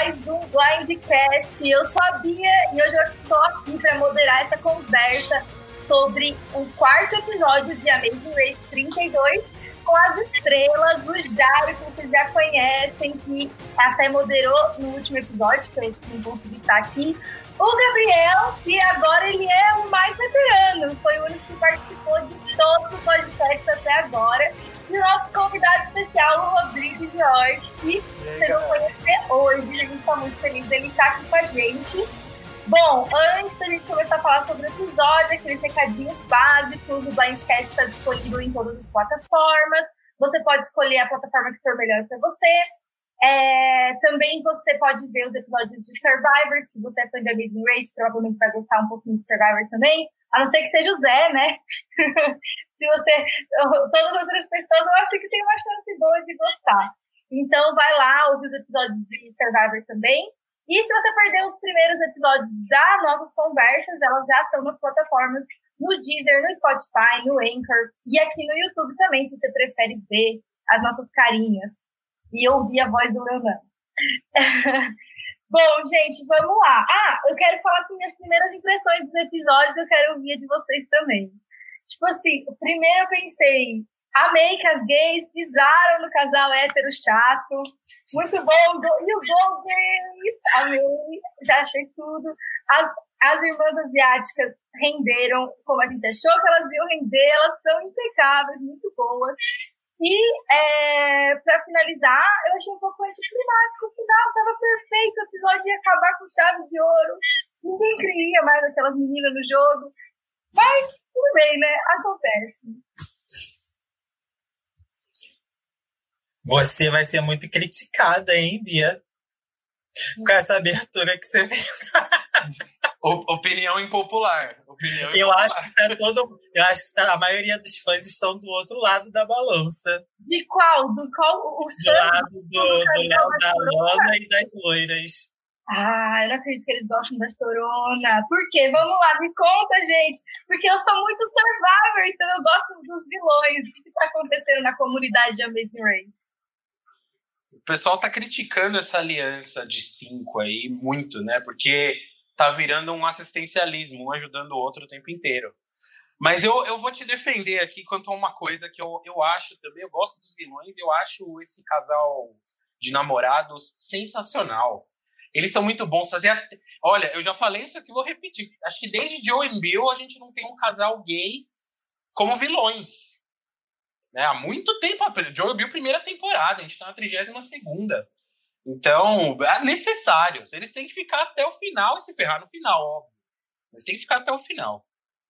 mais um Blindcast. Eu sou a Bia e hoje eu estou aqui para moderar essa conversa sobre o quarto episódio de Amazing Race 32 com as estrelas do Jairo, que vocês já conhecem, que até moderou no último episódio, que eu não consegui estar aqui. O Gabriel, que agora ele é o mais veterano, foi o único que participou de todos os podcasts até agora. E o nosso convidado especial, o Rodrigo Jorge, que vocês vão conhecer hoje. A gente está muito feliz dele estar aqui com a gente. Bom, antes da gente começar a falar sobre o episódio, aqueles recadinhos básicos, o Blindcast está disponível em todas as plataformas. Você pode escolher a plataforma que for melhor para você. Também você pode ver os episódios de Survivor. Se você é fã de Amazing Race, provavelmente vai gostar um pouquinho de Survivor também. A não ser que seja o Zé, né? Se você... Todas as outras pessoas, eu acho que tem uma chance boa de gostar. Então, vai lá, ouve os episódios de Survivor também. E se você perdeu os primeiros episódios das nossas conversas, elas já estão nas plataformas, no Deezer, no Spotify, no Anchor e aqui no YouTube também, se você prefere ver as nossas carinhas e ouvir a voz do Leonardo. Bom, gente, vamos lá. Eu quero falar assim, minhas primeiras impressões dos episódios, eu quero ouvir a de vocês também. Tipo assim, primeiro eu pensei, amei que as gays pisaram no casal hétero chato. Muito bom. E o Golden, amei, já achei tudo. As irmãs asiáticas renderam como a gente achou que elas iam render, elas são impecáveis, muito boas. E, pra finalizar, eu achei um pouco anticlimático o final, tava perfeito, o episódio ia acabar com chave de ouro, ninguém queria mais aquelas meninas no jogo, mas tudo bem, né? Acontece. Você vai ser muito criticada, hein, Bia? Com essa abertura que você fez. Opinião impopular. Eu acho que a maioria dos fãs estão do outro lado da balança. De qual? Do lado do Léo, da Lana e das loiras. Eu não acredito que eles gostam da Chorona. Por quê? Vamos lá, me conta, gente. Porque eu sou muito Survivor, então eu gosto dos vilões. O que está acontecendo na comunidade de Amazing Race? O pessoal tá criticando essa aliança de 5 aí muito, né? Porque tá virando um assistencialismo, um ajudando o outro o tempo inteiro. Mas eu vou te defender aqui quanto a uma coisa que eu acho também, eu gosto dos vilões, eu acho esse casal de namorados sensacional. Eles são muito bons. Olha, eu já falei isso aqui, vou repetir. Acho que desde Joe e Bill a gente não tem um casal gay como vilões. Né? Há muito tempo. Joe e Bill, primeira temporada, a gente tá na 32ª. Então, é necessário. Eles têm que ficar até o final e se ferrar no final, óbvio. Eles têm que ficar até o final.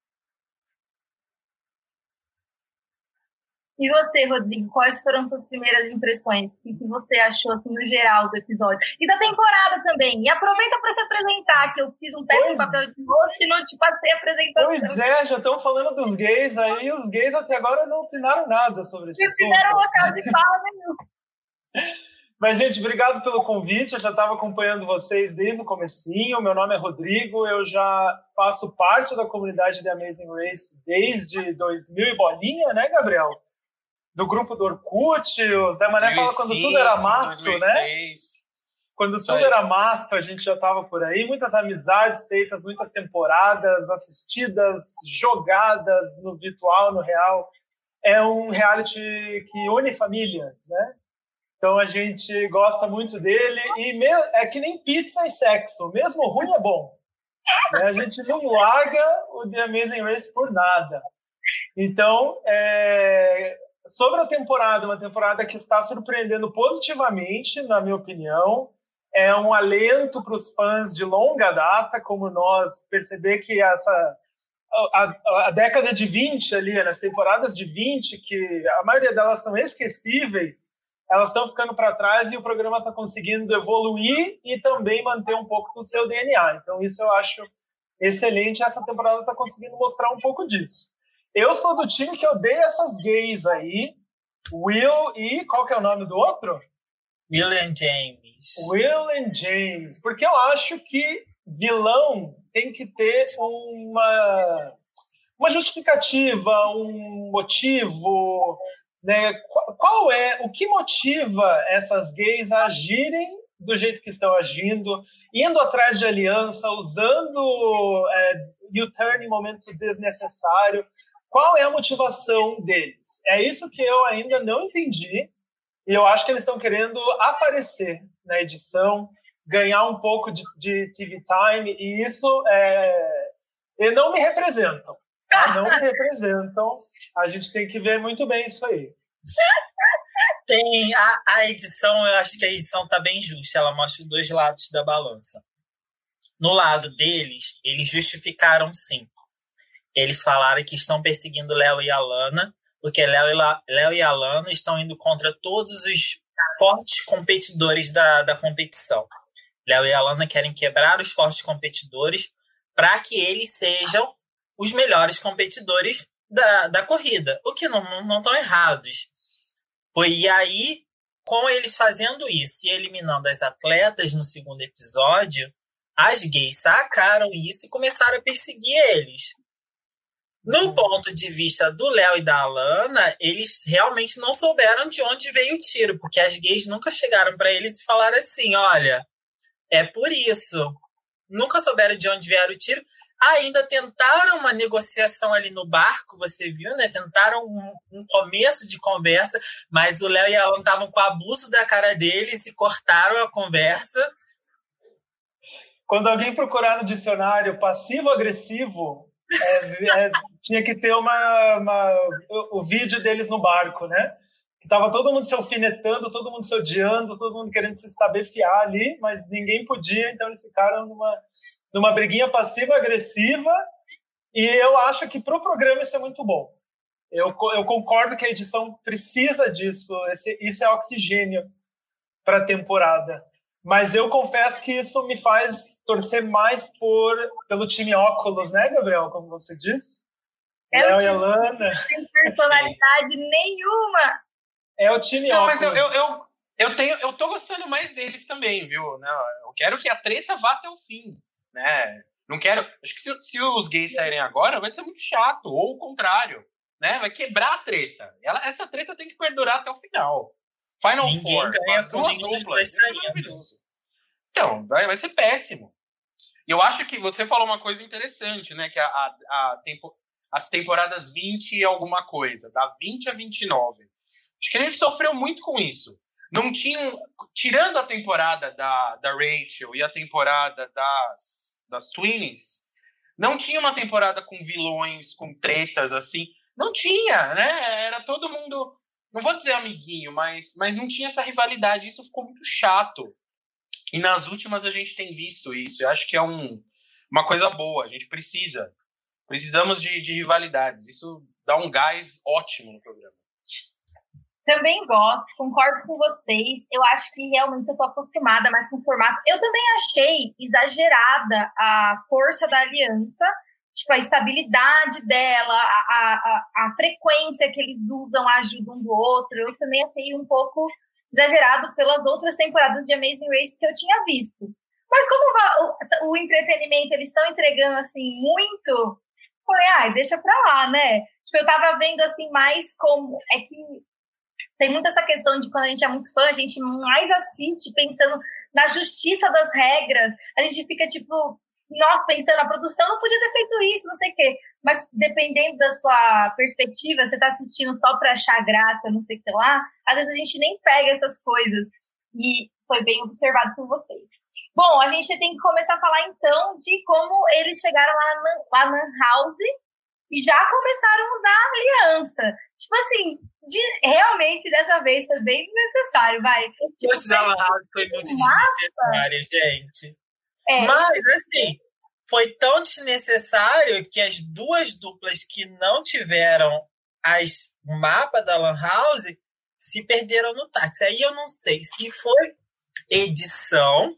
E você, Rodrigo, quais foram suas primeiras impressões? O que você achou, assim, no geral do episódio? E da temporada também. E aproveita para se apresentar, que eu fiz um péssimo papel de host e não te passei a apresentação. Pois é, já estão falando dos gays aí, e os gays até agora não opinaram nada sobre isso. Não tiveram local de fala nenhum. Mas, gente, obrigado pelo convite. Eu já estava acompanhando vocês desde o comecinho. Meu nome é Rodrigo, eu já faço parte da comunidade de Amazing Race desde 2000 e bolinha, né, Gabriel? Do grupo do Orkut, o Zé Mané fala quando tudo era mato, 2006. Né? Quando tudo era mato, a gente já estava por aí. Muitas amizades feitas, muitas temporadas assistidas, jogadas no virtual, no real. É um reality que une famílias, né? Então a gente gosta muito dele. E é que nem pizza e sexo. Mesmo ruim é bom. Né? A gente não larga o The Amazing Race por nada. Então, sobre a temporada, uma temporada que está surpreendendo positivamente, na minha opinião. É um alento para os fãs de longa data, como nós, perceber que a década de 20 ali, nas temporadas de 20, que a maioria delas são esquecíveis, elas estão ficando para trás e o programa está conseguindo evoluir e também manter um pouco do seu DNA. Então isso eu acho excelente, essa temporada está conseguindo mostrar um pouco disso. Eu sou do time que odeia essas gays aí, Will e... Qual que é o nome do outro? Will and James. Will and James. Porque eu acho que vilão tem que ter uma justificativa, um motivo, né? O que motiva essas gays a agirem do jeito que estão agindo, indo atrás de aliança, usando U-turn em momento desnecessário. Qual é a motivação deles? É isso que eu ainda não entendi, e eu acho que eles estão querendo aparecer na edição, ganhar um pouco de TV time, e isso e não me representam. Tá? Não me representam. A gente tem que ver muito bem isso aí. Tem a edição, eu acho que a edição tá bem justa, ela mostra os dois lados da balança. No lado deles, eles justificaram sim. Eles falaram que estão perseguindo Léo e Alana, porque Léo e Alana estão indo contra todos os fortes competidores da competição. Léo e Alana querem quebrar os fortes competidores para que eles sejam os melhores competidores da corrida, o que não estão errados. E aí, com eles fazendo isso e eliminando as atletas no segundo episódio, as gays sacaram isso e começaram a perseguir eles. No ponto de vista do Léo e da Alana, eles realmente não souberam de onde veio o tiro, porque as gays nunca chegaram para eles e falaram assim, olha, é por isso. Nunca souberam de onde vieram o tiro. Ainda tentaram uma negociação ali no barco, você viu, né? Tentaram um começo de conversa, mas o Léo e a Alana estavam com abuso da cara deles e cortaram a conversa. Quando alguém procurar no dicionário passivo-agressivo, tinha que ter o vídeo deles no barco, né? Que tava todo mundo se alfinetando, todo mundo se odiando, todo mundo querendo se estabefiar ali, mas ninguém podia, então eles ficaram numa briguinha passiva-agressiva, e eu acho que pro programa isso é muito bom. Eu concordo que a edição precisa disso, isso é oxigênio para a temporada. Mas eu confesso que isso me faz torcer mais pelo time óculos, né, Gabriel? Como você disse. Léo e Alana. Não tem personalidade nenhuma. É o time óculos. Mas eu tô gostando mais deles também, viu? Não, eu quero que a treta vá até o fim, né? Não quero... Acho que se os gays saírem agora, vai ser muito chato. Ou o contrário, né? Vai quebrar a treta. Essa treta tem que perdurar até o final. Final Ninguém Four, ganha as duas com duplas. É maravilhoso. Então, vai ser péssimo. E eu acho que você falou uma coisa interessante, né? Que as temporadas 20 e alguma coisa, da 20 a 29. Acho que a gente sofreu muito com isso. Não tinham... Tirando a temporada da Rachel e a temporada das Twins, não tinha uma temporada com vilões, com tretas, assim. Não tinha, né? Era todo mundo... Não vou dizer amiguinho, mas não tinha essa rivalidade. Isso ficou muito chato. E nas últimas a gente tem visto isso. Eu acho que é uma coisa boa. A gente precisamos de rivalidades. Isso dá um gás ótimo no programa. Também gosto, concordo com vocês. Eu acho que realmente eu tô acostumada mais com o formato. Eu também achei exagerada a força da aliança, tipo, a estabilidade dela, a frequência que eles usam a ajuda um do outro. Eu também achei um pouco exagerado pelas outras temporadas de Amazing Race que eu tinha visto. Mas como o entretenimento eles estão entregando assim muito, falei, deixa pra lá, né? Tipo, eu tava vendo assim mais como é que tem muito essa questão de quando a gente é muito fã, a gente mais assiste pensando na justiça das regras. A gente fica tipo, nossa, pensando, a produção não podia ter feito isso, não sei o quê. Mas dependendo da sua perspectiva, você tá assistindo só pra achar graça, não sei o que lá, às vezes a gente nem pega essas coisas. E foi bem observado por vocês. Bom, a gente tem que começar a falar então de como eles chegaram lá na House e já começaram a usar a aliança. Tipo assim, realmente dessa vez foi bem desnecessário, vai. Tipo, a House foi muito desnecessária, gente. Mas, assim, foi tão desnecessário que as duas duplas que não tiveram o mapa da Lan House se perderam no táxi. Aí eu não sei se foi edição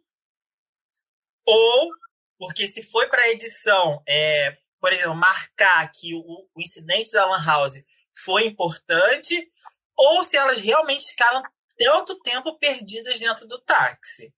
ou porque se foi para edição, por exemplo, marcar que o incidente da Lan House foi importante ou se elas realmente ficaram tanto tempo perdidas dentro do táxi.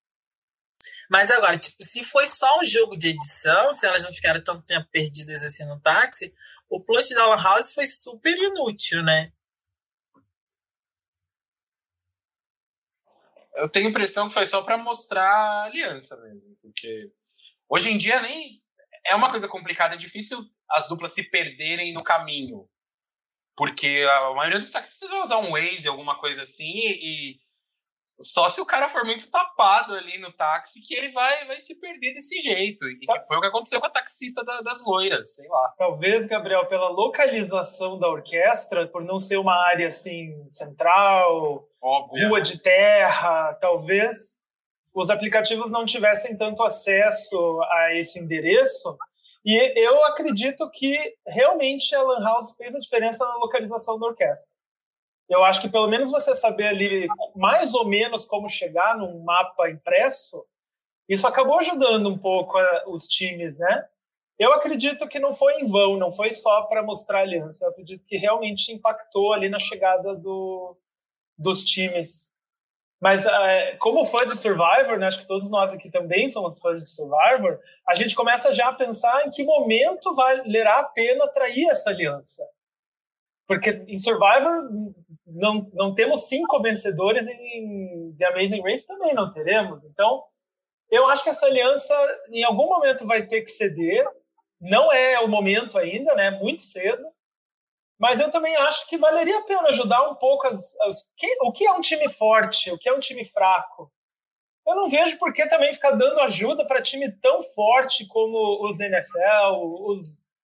Mas agora, tipo, se foi só um jogo de edição, se elas não ficaram tanto tempo perdidas assim no táxi, o plot da Lan House foi super inútil, né? Eu tenho a impressão que foi só para mostrar a aliança mesmo, porque hoje em dia nem é uma coisa complicada, é difícil as duplas se perderem no caminho, porque a maioria dos taxistas vai usar um Waze, alguma coisa assim, e só se o cara for muito tapado ali no táxi que ele vai se perder desse jeito. E que foi o que aconteceu com a taxista das loiras, sei lá. Talvez, Gabriel, pela localização da orquestra, por não ser uma área assim central, óbvio, rua de terra, talvez os aplicativos não tivessem tanto acesso a esse endereço. E eu acredito que realmente a Lan House fez a diferença na localização da orquestra. Eu acho que pelo menos você saber ali mais ou menos como chegar num mapa impresso, isso acabou ajudando um pouco os times, né? Eu acredito que não foi em vão, não foi só para mostrar a aliança. Eu acredito que realmente impactou ali na chegada dos times. Mas como fã de Survivor, né, acho que todos nós aqui também somos fãs de Survivor, a gente começa já a pensar em que momento valerá a pena trair essa aliança. Porque em Survivor não temos 5 vencedores, em The Amazing Race também não teremos. Então, eu acho que essa aliança em algum momento vai ter que ceder. Não é o momento ainda, né? Muito cedo. Mas eu também acho que valeria a pena ajudar um pouco o que é um time forte, o que é um time fraco. Eu não vejo por que também ficar dando ajuda para time tão forte como os NFL,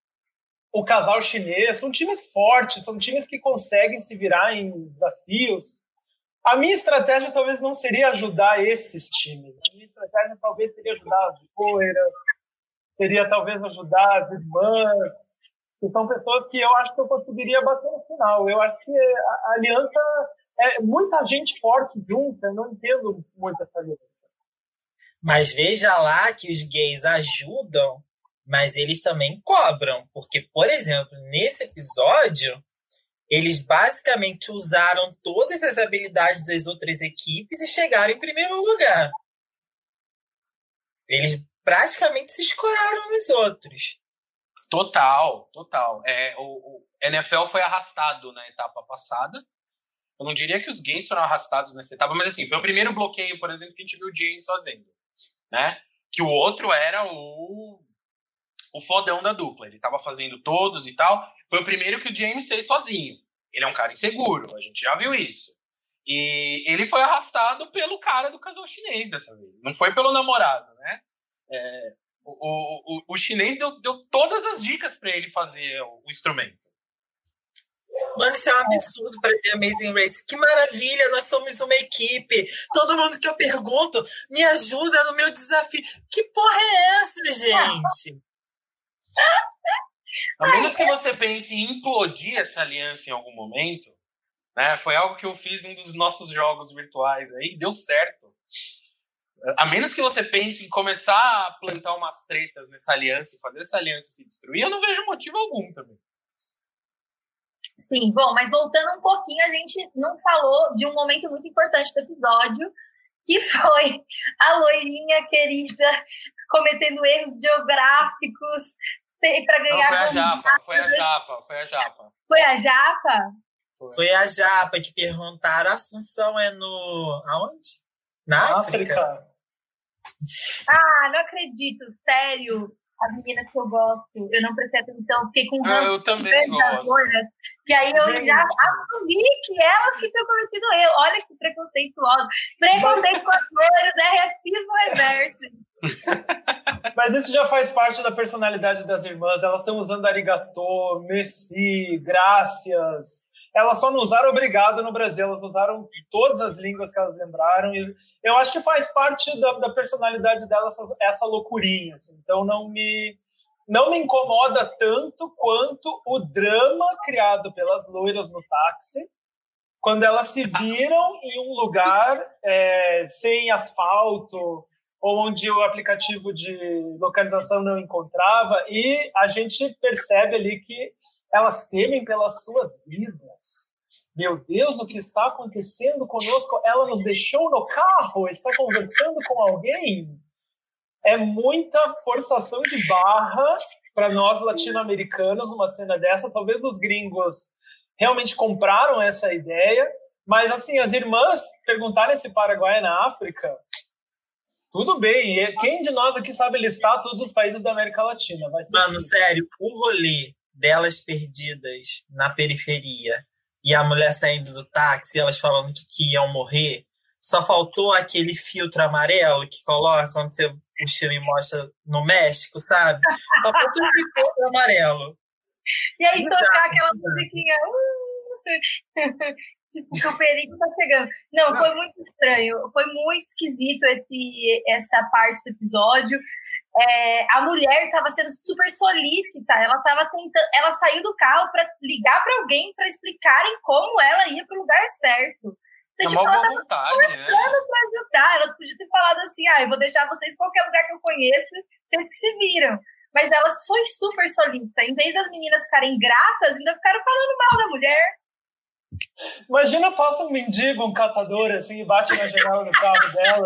o casal chinês. São times fortes, são times que conseguem se virar em desafios. A minha estratégia talvez não seria ajudar esses times. A minha estratégia talvez seria ajudar as loiras, seria talvez ajudar as irmãs, que são pessoas que eu acho que eu conseguiria bater no final. Eu acho que a aliança é muita gente forte junta, eu não entendo muito essa aliança. Mas veja lá que os gays ajudam, mas eles também cobram. Porque, por exemplo, nesse episódio, eles basicamente usaram todas as habilidades das outras equipes e chegaram em primeiro lugar. Eles praticamente se escoraram nos outros. Total. O NFL foi arrastado na etapa passada. Eu não diria que os gays foram arrastados nessa etapa, mas assim, foi o primeiro bloqueio, por exemplo, que a gente viu o James fazendo, né? Que o outro era o fodão da dupla. Ele tava fazendo todos e tal. Foi o primeiro que o James fez sozinho. Ele é um cara inseguro, a gente já viu isso. E ele foi arrastado pelo cara do casal chinês dessa vez. Não foi pelo namorado, né? O chinês deu todas as dicas para ele fazer o instrumento. Mano, isso é um absurdo para The Amazing Race. Que maravilha, nós somos uma equipe. Todo mundo que eu pergunto me ajuda no meu desafio. Que porra é essa, gente? A menos que você pense em implodir essa aliança em algum momento, né? Foi algo que eu fiz num dos nossos jogos virtuais aí, deu certo. A menos que você pense em começar a plantar umas tretas nessa aliança e fazer essa aliança se destruir, eu não vejo motivo algum também. Sim, bom, mas voltando um pouquinho, a gente não falou de um momento muito importante do episódio, que foi a loirinha querida cometendo erros geográficos para ganhar... Não, foi a Japa. Foi a Japa? Foi a Japa que perguntaram. A Assunção é no... Aonde? Na África? Ah, não acredito, sério. As meninas que eu gosto, eu não prestei atenção, fiquei com eu também gosto. Que aí eu já assumi que elas que tinham cometido erro. Olha que preconceituosa. Preconceito com as loiras é racismo reverso. Mas isso já faz parte da personalidade das irmãs. Elas estão usando arigatô, merci, graças. Elas só não usaram obrigado no Brasil, elas usaram todas as línguas que elas lembraram. E eu acho que faz parte da personalidade delas essa loucurinha. Assim. Então não me incomoda tanto quanto o drama criado pelas loiras no táxi, quando elas se viram em um lugar sem asfalto, ou onde o aplicativo de localização não encontrava, e a gente percebe ali que elas temem pelas suas vidas. Meu Deus, o que está acontecendo conosco? Ela nos deixou no carro? Está conversando com alguém? É muita forçação de barra para nós latino-americanos uma cena dessa. Talvez os gringos realmente compraram essa ideia, Mas, assim, as irmãs perguntarem se Paraguai é na África, tudo bem. Quem de nós aqui sabe listar todos os países da América Latina? Vai ser Mano, sério, o rolê delas perdidas na periferia e a mulher saindo do táxi, elas falando que iam morrer, só faltou aquele filtro amarelo que coloca quando você o filme mostra no México, sabe? Só faltou esse filtro amarelo. E aí tocar aquela musiquinha. Tipo, que o perigo tá chegando. Não, foi muito estranho. Foi muito esquisito essa parte do episódio. A mulher estava sendo super solícita. Ela estava tentando. Ela saiu do carro para ligar para alguém para explicarem como ela ia para o lugar certo. Então, tipo, ela estava conversando para ajudar. Elas podiam ter falado assim: eu vou deixar vocês em qualquer lugar que eu conheço, vocês que se viram. Mas ela foi super solícita. Em vez das meninas ficarem gratas, ainda ficaram falando mal da mulher. Imagina, passa um mendigo, um catador, assim, e bate na janela do carro dela.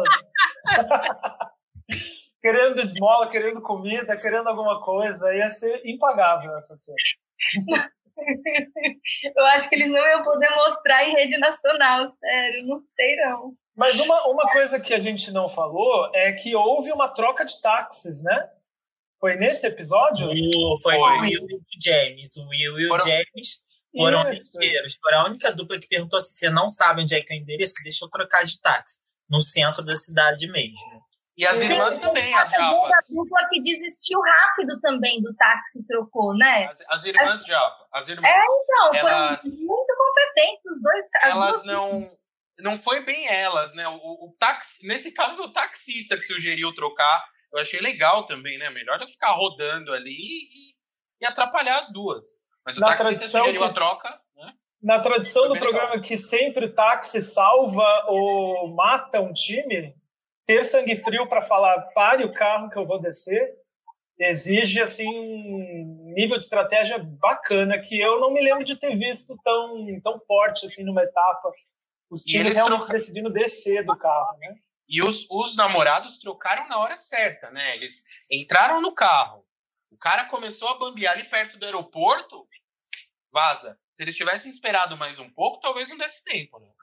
Querendo esmola, querendo comida, querendo alguma coisa. Ia ser impagável essa cena. Eu acho que eles não iam poder mostrar em rede nacional, sério. Não sei, não. Mas uma coisa que a gente não falou é que houve uma troca de táxis, né? Foi nesse episódio? Foi o Will e o James. O Will e o James foram lixeiros. Foram a única dupla que perguntou se você não sabe onde é que é o endereço, deixa eu trocar de táxi. No centro da cidade mesmo. E as irmãs também, as japas. A dupla que desistiu rápido também do táxi trocou, né? As irmãs japas. As irmãs. Então, foram muito competentes os dois. Elas não foi bem elas, né? O táxi, nesse caso, o taxista que sugeriu trocar. Eu achei legal também, né? Melhor do que ficar rodando ali e atrapalhar as duas. Mas o taxista sugeriu a troca, né? Na tradição do programa que sempre táxi salva ou mata um time, ter sangue frio para falar pare o carro que eu vou descer exige assim um nível de estratégia bacana que eu não me lembro de ter visto tão forte assim numa etapa. Os times realmente decidindo descer do carro, né? E os namorados trocaram na hora certa, né? Eles entraram no carro. O cara começou a bambear ali perto do aeroporto. Vaza. Se eles tivessem esperado mais um pouco, talvez não desse tempo, né?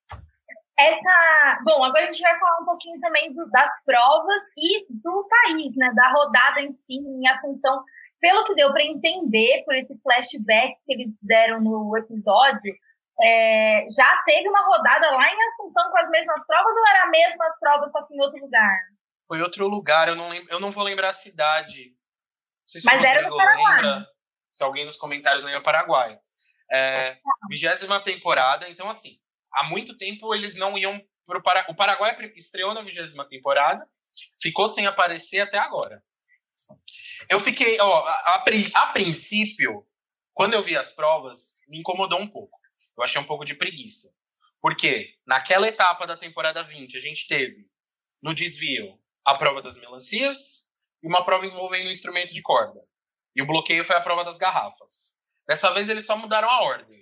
Bom, agora a gente vai falar um pouquinho também das provas e do país, né? Da rodada em si, em Assunção. Pelo que deu para entender por esse flashback que eles deram no episódio, já teve uma rodada lá em Assunção com as mesmas provas ou eram as mesmas provas, só que em outro lugar? Foi outro lugar, eu não vou lembrar a cidade. Não sei se mas era no Paraguai. Lembra, se alguém nos comentários lembra Paraguai. 20ª temporada, então assim, há muito tempo eles não iam pro Paraguai. O Paraguai estreou na 20ª temporada, ficou sem aparecer até agora. Eu fiquei, a princípio, quando eu vi as provas, me incomodou um pouco. Eu achei um pouco de preguiça. Porque naquela etapa da temporada 20, a gente teve, no desvio, a prova das melancias e uma prova envolvendo um instrumento de corda. E o bloqueio foi a prova das garrafas. Dessa vez eles só mudaram a ordem.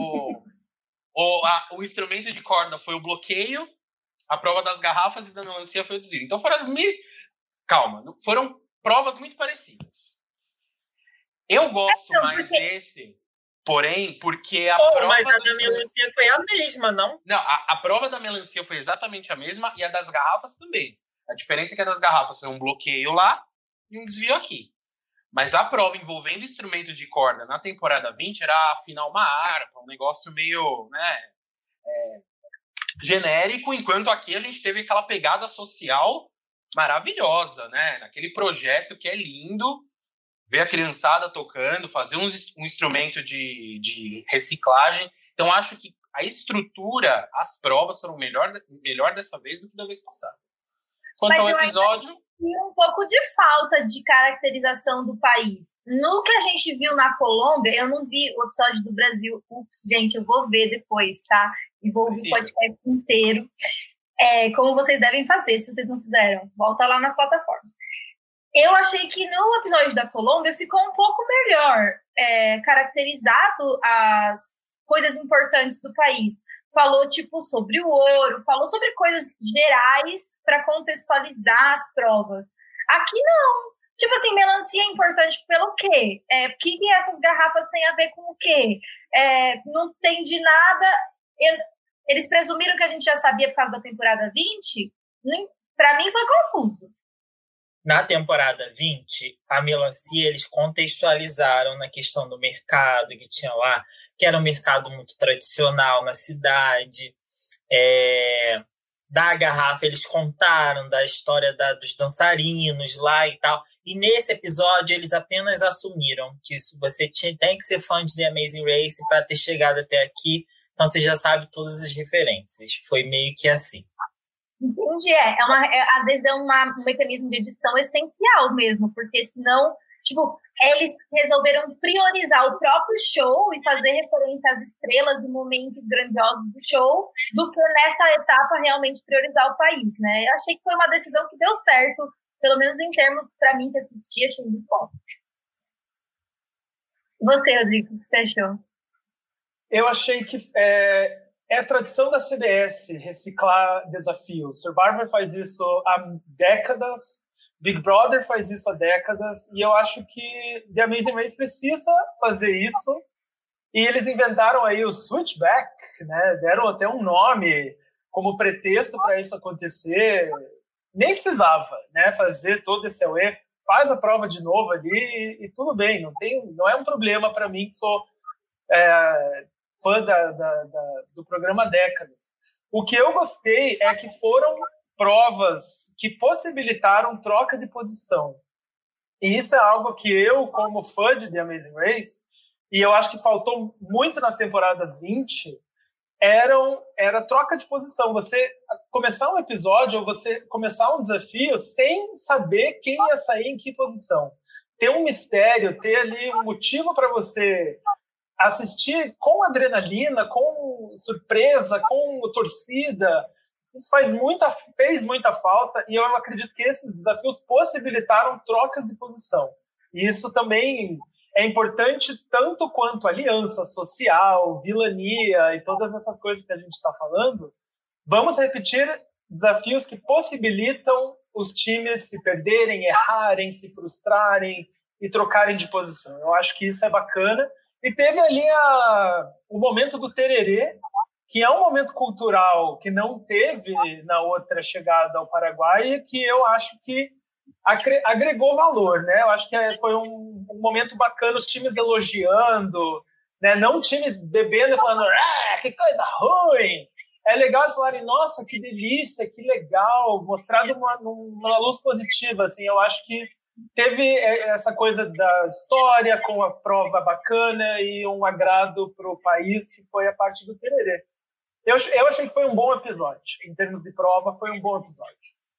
O instrumento de corda foi o bloqueio, a prova das garrafas e da melancia foi o desvio. Então foram as mesmas... Calma, foram provas muito parecidas. Eu gosto mais desse... Porém, porque a prova... Mas a da melancia foi a mesma, não? Não, a prova da melancia foi exatamente a mesma e a das garrafas também. A diferença é que a das garrafas foi um bloqueio lá e um desvio aqui. Mas a prova envolvendo instrumento de corda na temporada 20 era afinar uma harpa, um negócio meio, né, genérico, enquanto aqui a gente teve aquela pegada social maravilhosa, né? Naquele projeto que é lindo, ver a criançada tocando, fazer um instrumento de reciclagem. Então, acho que a estrutura, as provas foram melhor dessa vez do que da vez passada. Quanto ao episódio... um pouco de falta de caracterização do país. No que a gente viu na Colômbia, eu não vi o episódio do Brasil. Ups, gente, eu vou ver depois, tá? E vou ouvir o podcast inteiro. Como vocês devem fazer, se vocês não fizeram. Volta lá nas plataformas. Eu achei que no episódio da Colômbia ficou um pouco melhor caracterizado as coisas importantes do país. Falou, tipo, sobre o ouro, falou sobre coisas gerais para contextualizar as provas. Aqui não. Tipo assim, melancia é importante pelo quê? O que essas garrafas têm a ver com o quê? Não entendi nada. eles presumiram que a gente já sabia por causa da temporada 20. Pra mim foi confuso. Na temporada 20, a melancia eles contextualizaram na questão do mercado que tinha lá, que era um mercado muito tradicional na cidade. Da garrafa, eles contaram da história dos dançarinos lá e tal. E nesse episódio, eles apenas assumiram que você tem que ser fã de The Amazing Race para ter chegado até aqui. Então, você já sabe todas as referências. Foi meio que assim. Entendi. Às vezes é um mecanismo de edição essencial mesmo, porque senão, tipo, eles resolveram priorizar o próprio show e fazer referência às estrelas e momentos grandiosos do show, do que nessa etapa realmente priorizar o país, né? Eu achei que foi uma decisão que deu certo, pelo menos em termos, para mim, que assisti, achei muito bom. E você, Rodrigo, o que você achou? Eu achei que é a tradição da CBS reciclar desafios. Survivor faz isso há décadas, Big Brother faz isso há décadas, e eu acho que The Amazing Race precisa fazer isso. E eles inventaram aí o Switchback, né? Deram até um nome como pretexto para isso acontecer. Nem precisava, né, fazer todo esse auê. Faz a prova de novo ali e tudo bem. Não é um problema para mim, que sou fã do programa há décadas. O que eu gostei é que foram provas que possibilitaram troca de posição. E isso é algo que eu, como fã de The Amazing Race, e eu acho que faltou muito nas temporadas 20, era troca de posição. Você começar um episódio ou você começar um desafio sem saber quem ia sair em que posição. Ter um mistério, ter ali um motivo para você assistir com adrenalina, com surpresa, com torcida. Isso fez muita falta, e eu acredito que esses desafios possibilitaram trocas de posição. E isso também é importante tanto quanto aliança social, vilania e todas essas coisas que a gente está falando. Vamos repetir desafios que possibilitam os times se perderem, errarem, se frustrarem e trocarem de posição. Eu acho que isso é bacana. E teve ali o momento do tererê, que é um momento cultural que não teve na outra chegada ao Paraguai, que eu acho que agregou valor, né? Eu acho que foi um momento bacana, os times elogiando, né? Não o time bebendo e falando, que coisa ruim. É legal eles falarem, nossa, que delícia, que legal, mostrado uma luz positiva, assim. Eu acho que teve essa coisa da história com a prova bacana e um agrado para o país, que foi a parte do tererê. Eu achei que foi um bom episódio. Em termos de prova, foi um bom episódio.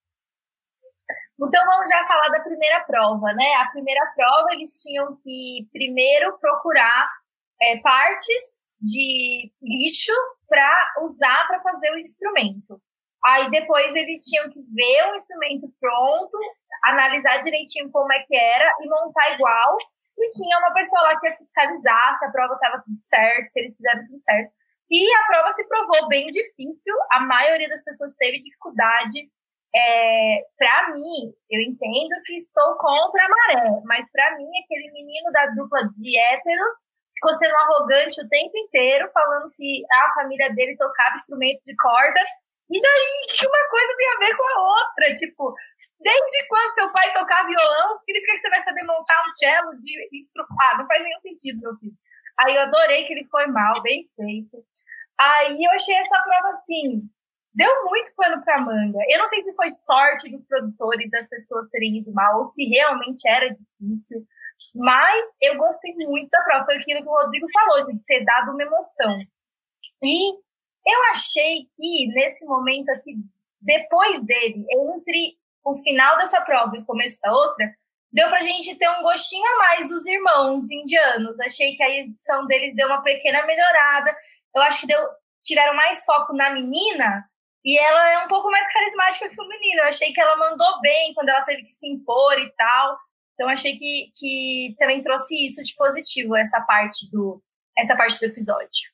Então, vamos já falar da primeira prova, né? A primeira prova, eles tinham que primeiro procurar partes de lixo para usar para fazer o instrumento. Aí, depois, eles tinham que ver o instrumento pronto, analisar direitinho como é que era e montar igual. E tinha uma pessoa lá que ia fiscalizar se a prova estava tudo certo, se eles fizeram tudo certo. E a prova se provou bem difícil. A maioria das pessoas teve dificuldade. Para mim, eu entendo que estou contra a maré, mas para mim, aquele menino da dupla de héteros ficou sendo arrogante o tempo inteiro, falando que a família dele tocava instrumento de corda. E daí, que uma coisa tem a ver com a outra? Tipo, desde quando seu pai tocar violão, significa que você vai saber montar um cello de instrumento? Não faz nenhum sentido, meu filho. Aí eu adorei que ele foi mal, bem feito. Aí eu achei essa prova assim, deu muito pano pra manga. Eu não sei se foi sorte dos produtores, das pessoas terem ido mal, ou se realmente era difícil, mas eu gostei muito da prova. Foi aquilo que o Rodrigo falou, de ter dado uma emoção. E eu achei que, nesse momento aqui, depois dele, entre o final dessa prova e o começo da outra, deu pra gente ter um gostinho a mais dos irmãos indianos. Achei que a edição deles deu uma pequena melhorada. Eu acho que tiveram mais foco na menina, e ela é um pouco mais carismática que o menino. Eu achei que ela mandou bem quando ela teve que se impor e tal. Então, achei que também trouxe isso de positivo, essa parte do episódio.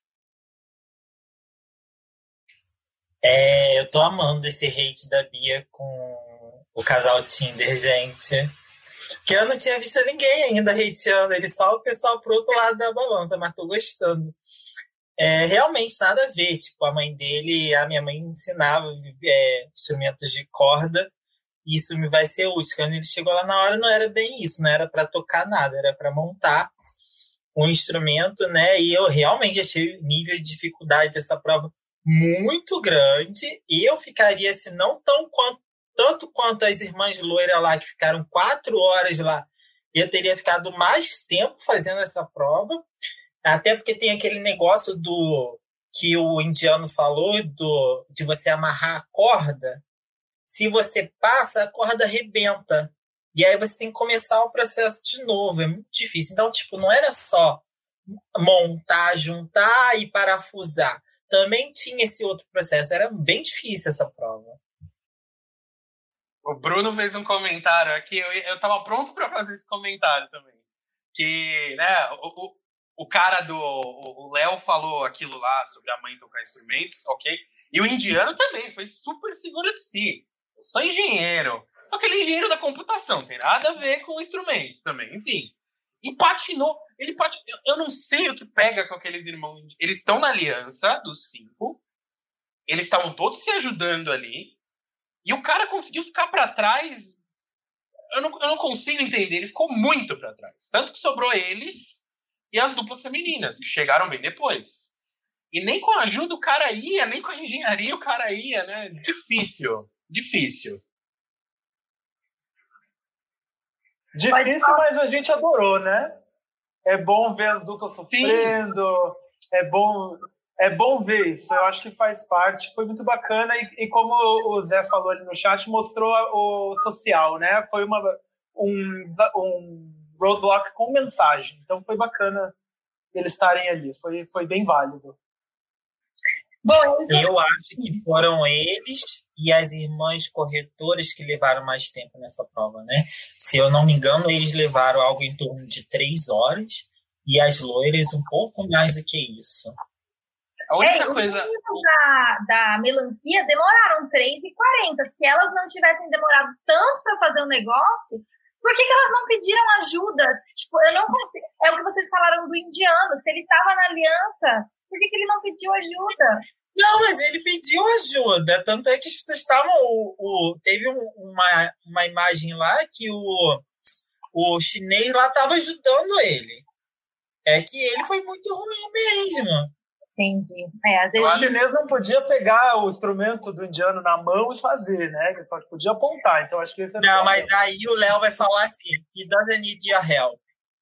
Eu tô amando esse hate da Bia com o casal Tinder, gente. Que eu não tinha visto ninguém ainda hateando ele, só o pessoal pro outro lado da balança, mas tô gostando. realmente nada a ver. Tipo, a mãe dele, a minha mãe ensinava instrumentos de corda, e isso me vai ser útil. Quando ele chegou lá na hora, não era bem isso, não era para tocar nada, era para montar um instrumento, né? E eu realmente achei o nível de dificuldade dessa prova muito grande, e eu ficaria, se não tanto quanto as irmãs loiras lá, que ficaram 4 horas lá, eu teria ficado mais tempo fazendo essa prova, até porque tem aquele negócio do que o indiano falou, de você amarrar a corda. Se você passa, a corda arrebenta. E aí você tem que começar o processo de novo. É muito difícil. Então, tipo, não era só montar, juntar e parafusar. Também tinha esse outro processo. Era bem difícil essa prova. O Bruno fez um comentário aqui. Eu tava pronto para fazer esse comentário também. Que, né, o cara o Léo falou aquilo lá sobre a mãe tocar instrumentos, ok? E o indiano também foi super seguro de si. Eu sou engenheiro. Só que ele é engenheiro da computação, tem nada a ver com o instrumento também, enfim. E patinou. Eu não sei o que pega com aqueles irmãos. Eles estão na aliança dos 5. Eles estavam todos se ajudando ali. E o cara conseguiu ficar para trás. Eu não consigo entender. Ele ficou muito para trás. Tanto que sobrou eles e as duplas femininas, que chegaram bem depois. E nem com a ajuda o cara ia, nem com a engenharia o cara ia, né? Difícil. Difícil, mas a gente adorou, né? É bom ver as duplas sofrendo, é bom ver isso. Eu acho que faz parte, foi muito bacana. E como o Zé falou ali no chat, mostrou o social, né? Foi um roadblock com mensagem. Então foi bacana eles estarem ali, foi bem válido. Bom, eu acho que foram eles e as irmãs corretoras que levaram mais tempo nessa prova, né? Se eu não me engano, eles levaram algo em torno de 3 horas e as loiras um pouco mais do que isso. A única coisa... da melancia demoraram 3h40. Se elas não tivessem demorado tanto para fazer o negócio, por que elas não pediram ajuda? Tipo, eu não consigo... É o que vocês falaram do indiano. Se ele estava na aliança, por que ele não pediu ajuda? Não, mas ele pediu ajuda. Tanto é que as pessoas estavam... Teve uma imagem lá que o chinês lá estava ajudando ele. É que ele foi muito ruim mesmo. Entendi. Às vezes... O chinês não podia pegar o instrumento do indiano na mão e fazer, né? Ele só podia apontar. Então acho que esse não, mas aí o Léo vai falar assim: he doesn't need your help.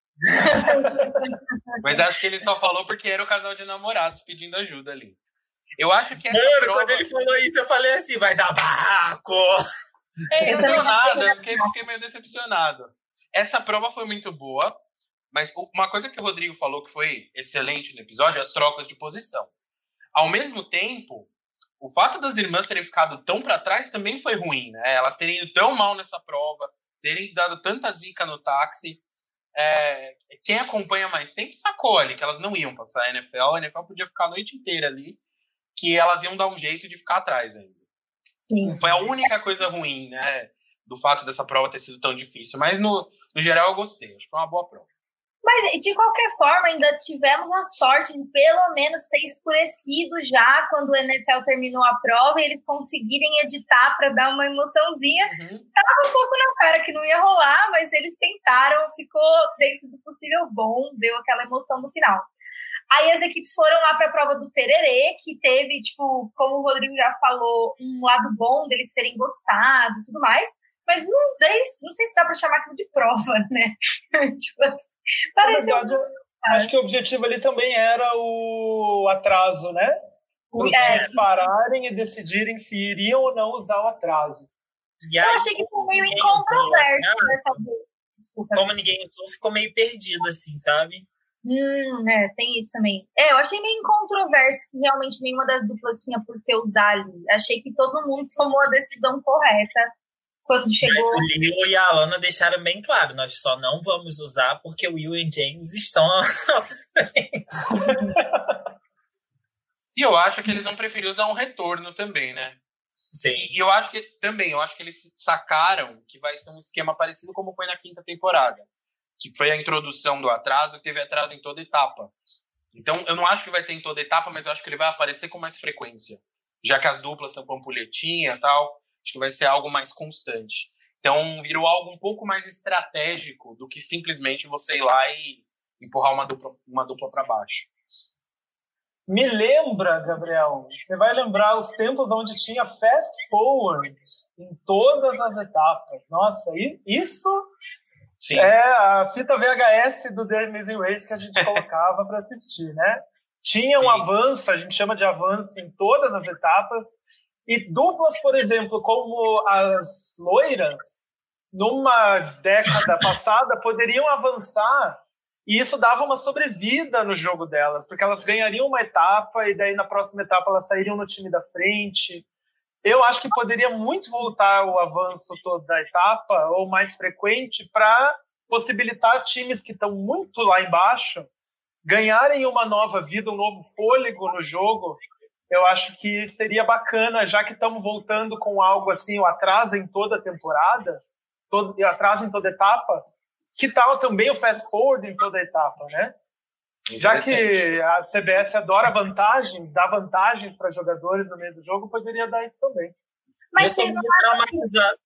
Mas acho que ele só falou porque era o casal de namorados pedindo ajuda ali. Eu acho que essa prova... Quando ele falou isso, eu falei assim: vai dar barraco. Não deu nada, eu fiquei meio decepcionado. Essa prova foi muito boa. Mas uma coisa que o Rodrigo falou que foi excelente no episódio é as trocas de posição. Ao mesmo tempo, o fato das irmãs terem ficado tão para trás também foi ruim, né? Elas terem ido tão mal nessa prova, terem dado tanta zica no táxi. Quem acompanha mais tempo sacou ali que elas não iam passar a NFL podia ficar a noite inteira ali, que elas iam dar um jeito de ficar atrás ainda. Sim. Foi a única coisa ruim, né? Do fato dessa prova ter sido tão difícil. Mas no geral eu gostei, acho que foi uma boa prova. Mas, de qualquer forma, ainda tivemos a sorte de pelo menos ter escurecido já quando o NFL terminou a prova e eles conseguirem editar para dar uma emoçãozinha. Tava um pouco na cara que não ia rolar, mas eles tentaram, ficou dentro do possível bom, deu aquela emoção no final. Aí as equipes foram lá para a prova do tererê, que teve, tipo, como o Rodrigo já falou, um lado bom deles terem gostado e tudo mais. Mas não sei se dá para chamar aquilo de prova, né? Tipo assim, pareceu... Na verdade, acho que o objetivo ali também era o atraso, né? Os eles pararem e decidirem se iriam ou não usar o atraso. Eu achei que foi meio incontroverso dessa vez. Desculpa. Como ninguém usou, ficou meio perdido, assim, sabe? Tem isso também. Eu achei meio incontroverso que realmente nenhuma das duplas tinha por que usar ali. Achei que todo mundo tomou a decisão correta. Quando chegou... Mas o Will e a Alana deixaram bem claro, nós só não vamos usar porque o Will e James estão à nossa frente. E eu acho que eles vão preferir usar um retorno também, né? Sim. E eu acho que eles sacaram que vai ser um esquema parecido como foi na 5ª temporada. Que foi a introdução do atraso, teve atraso em toda etapa. Então, eu não acho que vai ter em toda etapa, mas eu acho que ele vai aparecer com mais frequência. Já que as duplas estão com ampulhetinha e tal, acho que vai ser algo mais constante. Então, virou algo um pouco mais estratégico do que simplesmente você ir lá e empurrar uma dupla para baixo. Me lembra, Gabriel, você vai lembrar os tempos onde tinha fast forward em todas as etapas. Nossa, isso Sim. É a fita VHS do The Amazing Race que a gente colocava para assistir, né? Tinha um avanço, a gente chama de avanço em todas as etapas, e duplas, por exemplo, como as loiras, numa década passada, poderiam avançar, e isso dava uma sobrevida no jogo delas, porque elas ganhariam uma etapa, e daí na próxima etapa elas sairiam no time da frente. Eu acho que poderia muito voltar o avanço toda da etapa, ou mais frequente, para possibilitar times que estão muito lá embaixo ganharem uma nova vida, um novo fôlego no jogo. Eu acho que seria bacana, já que estamos voltando com algo assim, o atraso em toda a temporada, atraso em toda etapa, que tal também o fast forward em toda etapa, né? Já que a CBS adora vantagens, dá vantagens para jogadores no meio do jogo, poderia dar isso também. Mas você não acha que,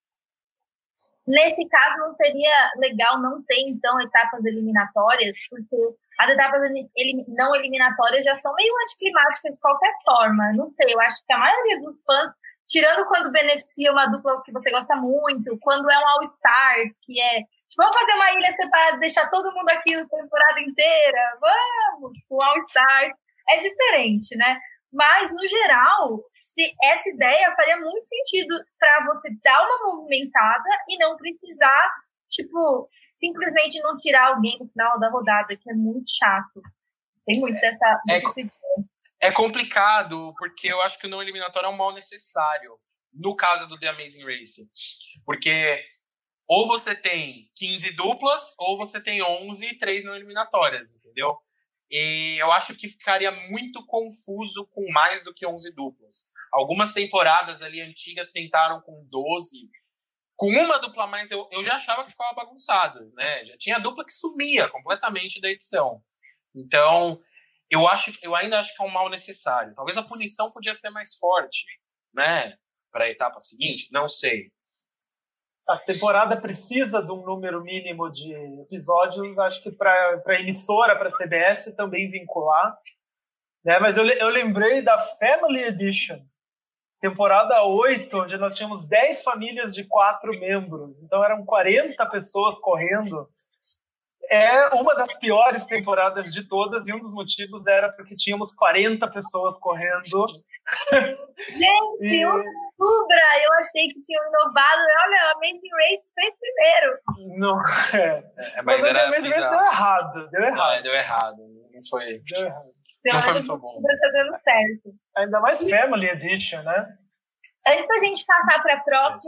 nesse caso, não seria legal não ter, então, etapas eliminatórias? Porque as etapas não eliminatórias já são meio anticlimáticas de qualquer forma. Não sei, eu acho que a maioria dos fãs, tirando quando beneficia uma dupla que você gosta muito, quando é um All-Stars, que é tipo, vamos fazer uma ilha separada, deixar todo mundo aqui a temporada inteira, vamos, o All-Stars, é diferente, né? Mas, no geral, essa ideia faria muito sentido para você dar uma movimentada e não precisar, tipo, simplesmente não tirar alguém no final da rodada, que é muito chato. Tem muito dessa ideia. É complicado, porque eu acho que o não eliminatório é um mal necessário, no caso do The Amazing Race. Porque ou você tem 15 duplas, ou você tem 11 e 3 não eliminatórias, entendeu? E eu acho que ficaria muito confuso com mais do que 11 duplas. Algumas temporadas ali antigas tentaram com 12. Com uma dupla a mais, eu já achava que ficava bagunçado, né? Já tinha dupla que sumia completamente da edição. Então, eu ainda acho que é um mal necessário. Talvez a punição podia ser mais forte, né? Para a etapa seguinte, não sei. A temporada precisa de um número mínimo de episódios, acho que para a emissora, para a CBS também vincular. Né? Mas eu lembrei da Family Edition, temporada 8, onde nós tínhamos 10 famílias de 4 membros. Então eram 40 pessoas correndo. É uma das piores temporadas de todas, e um dos motivos era porque tínhamos 40 pessoas correndo. Gente, o Subra, eu achei que tinham inovado. Olha, a Amazing Race fez primeiro. Não, mas a Amazing Race deu errado. Deu errado. Não foi. Deu errado. Não foi muito bom. Tá dando certo. Ainda mais Family Edition, né? Antes da gente passar para a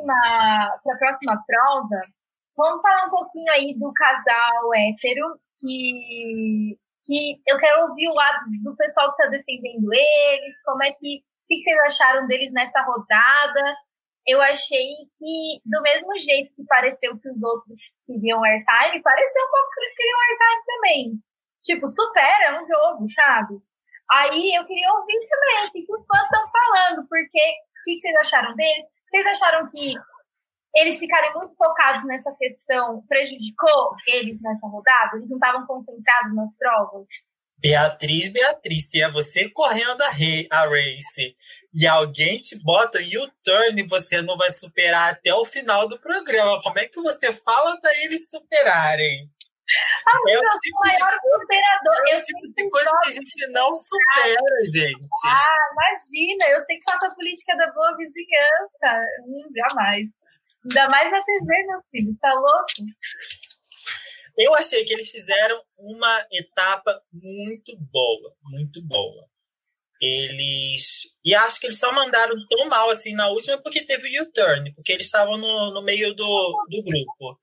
próxima prova, vamos falar um pouquinho aí do casal hétero, que eu quero ouvir o lado do pessoal que está defendendo eles, o que vocês acharam deles nessa rodada. Eu achei que, do mesmo jeito que pareceu que os outros queriam airtime, pareceu um pouco que eles queriam airtime também. Tipo, supera um jogo, sabe? Aí eu queria ouvir também o que os fãs estão falando, porque o que vocês acharam deles? Vocês acharam que eles ficarem muito focados nessa questão prejudicou eles nessa rodada? Eles não estavam concentrados nas provas? Beatriz, se é você correndo a race e alguém te bota U-turn, você não vai superar até o final do programa. Como é que você fala para eles superarem? Eu sou o maior superador. É o tipo de coisa que a gente não supera, gente. Imagina, eu sei que faço a política da boa vizinhança. Jamais. Ainda mais na TV, meu filho. Você tá louco? Eu achei que eles fizeram uma etapa muito boa. Muito boa. E acho que eles só mandaram tão mal assim na última porque teve o U-turn. Porque eles estavam no meio do grupo.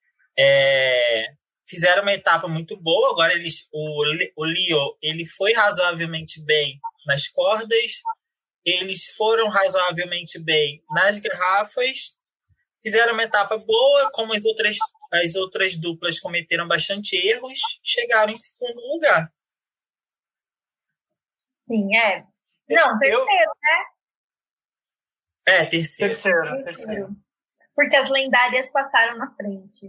Fizeram uma etapa muito boa. Agora o Leo ele foi razoavelmente bem nas cordas. Eles foram razoavelmente bem nas garrafas. Fizeram uma etapa boa, como as outras duplas cometeram bastante erros, chegaram em segundo lugar. Sim, Não, terceiro, né? Terceiro. Porque as lendárias passaram na frente.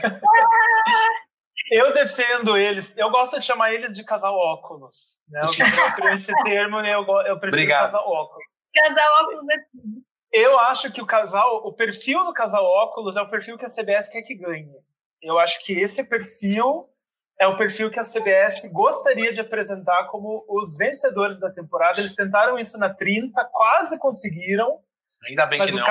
Eu defendo eles. Eu gosto de chamar eles de casal óculos. Né? Eu prefiro esse termo e eu prefiro casal óculos. Casal óculos é tudo. Eu acho que o perfil do casal óculos é o perfil que a CBS quer que ganhe. Eu acho que esse perfil é o perfil que a CBS gostaria de apresentar como os vencedores da temporada. Eles tentaram isso na 30, quase conseguiram. Ainda bem que não.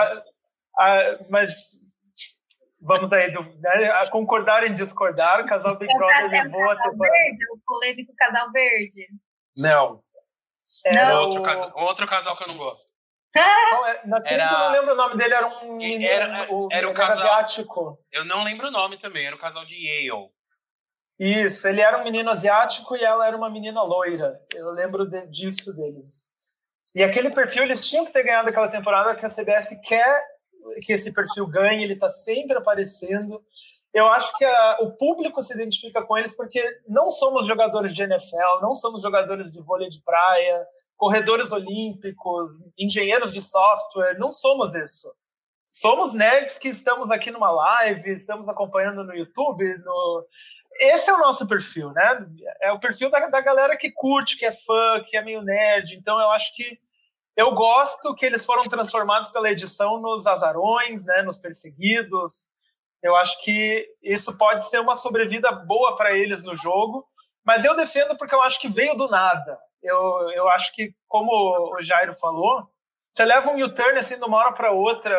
Mas vamos aí a concordar em discordar. O casal Big Brother levou a temporada. O polêmico casal verde. Não. Era outro casal que eu não gosto. Na 30 eu não lembro o nome dele, era um menino. Era o casal asiático. Eu não lembro o nome também, era o casal de Yale. Isso, ele era um menino asiático e ela era uma menina loira. Eu lembro disso deles. E aquele perfil, eles tinham que ter ganhado aquela temporada, que a CBS quer que esse perfil ganhe, ele está sempre aparecendo. Eu acho que o público se identifica com eles porque não somos jogadores de NFL, não somos jogadores de vôlei de praia, corredores olímpicos, engenheiros de software, não somos isso. Somos nerds que estamos aqui numa live, estamos acompanhando no YouTube. Esse é o nosso perfil, né? É o perfil da galera que curte, que é fã, que é meio nerd. Então, eu acho que eu gosto que eles foram transformados pela edição nos azarões, né? Nos perseguidos. Eu acho que isso pode ser uma sobrevida boa para eles no jogo, mas eu defendo porque eu acho que veio do nada. Eu acho que, como o Jairo falou, você leva um U-turn assim de uma hora para outra,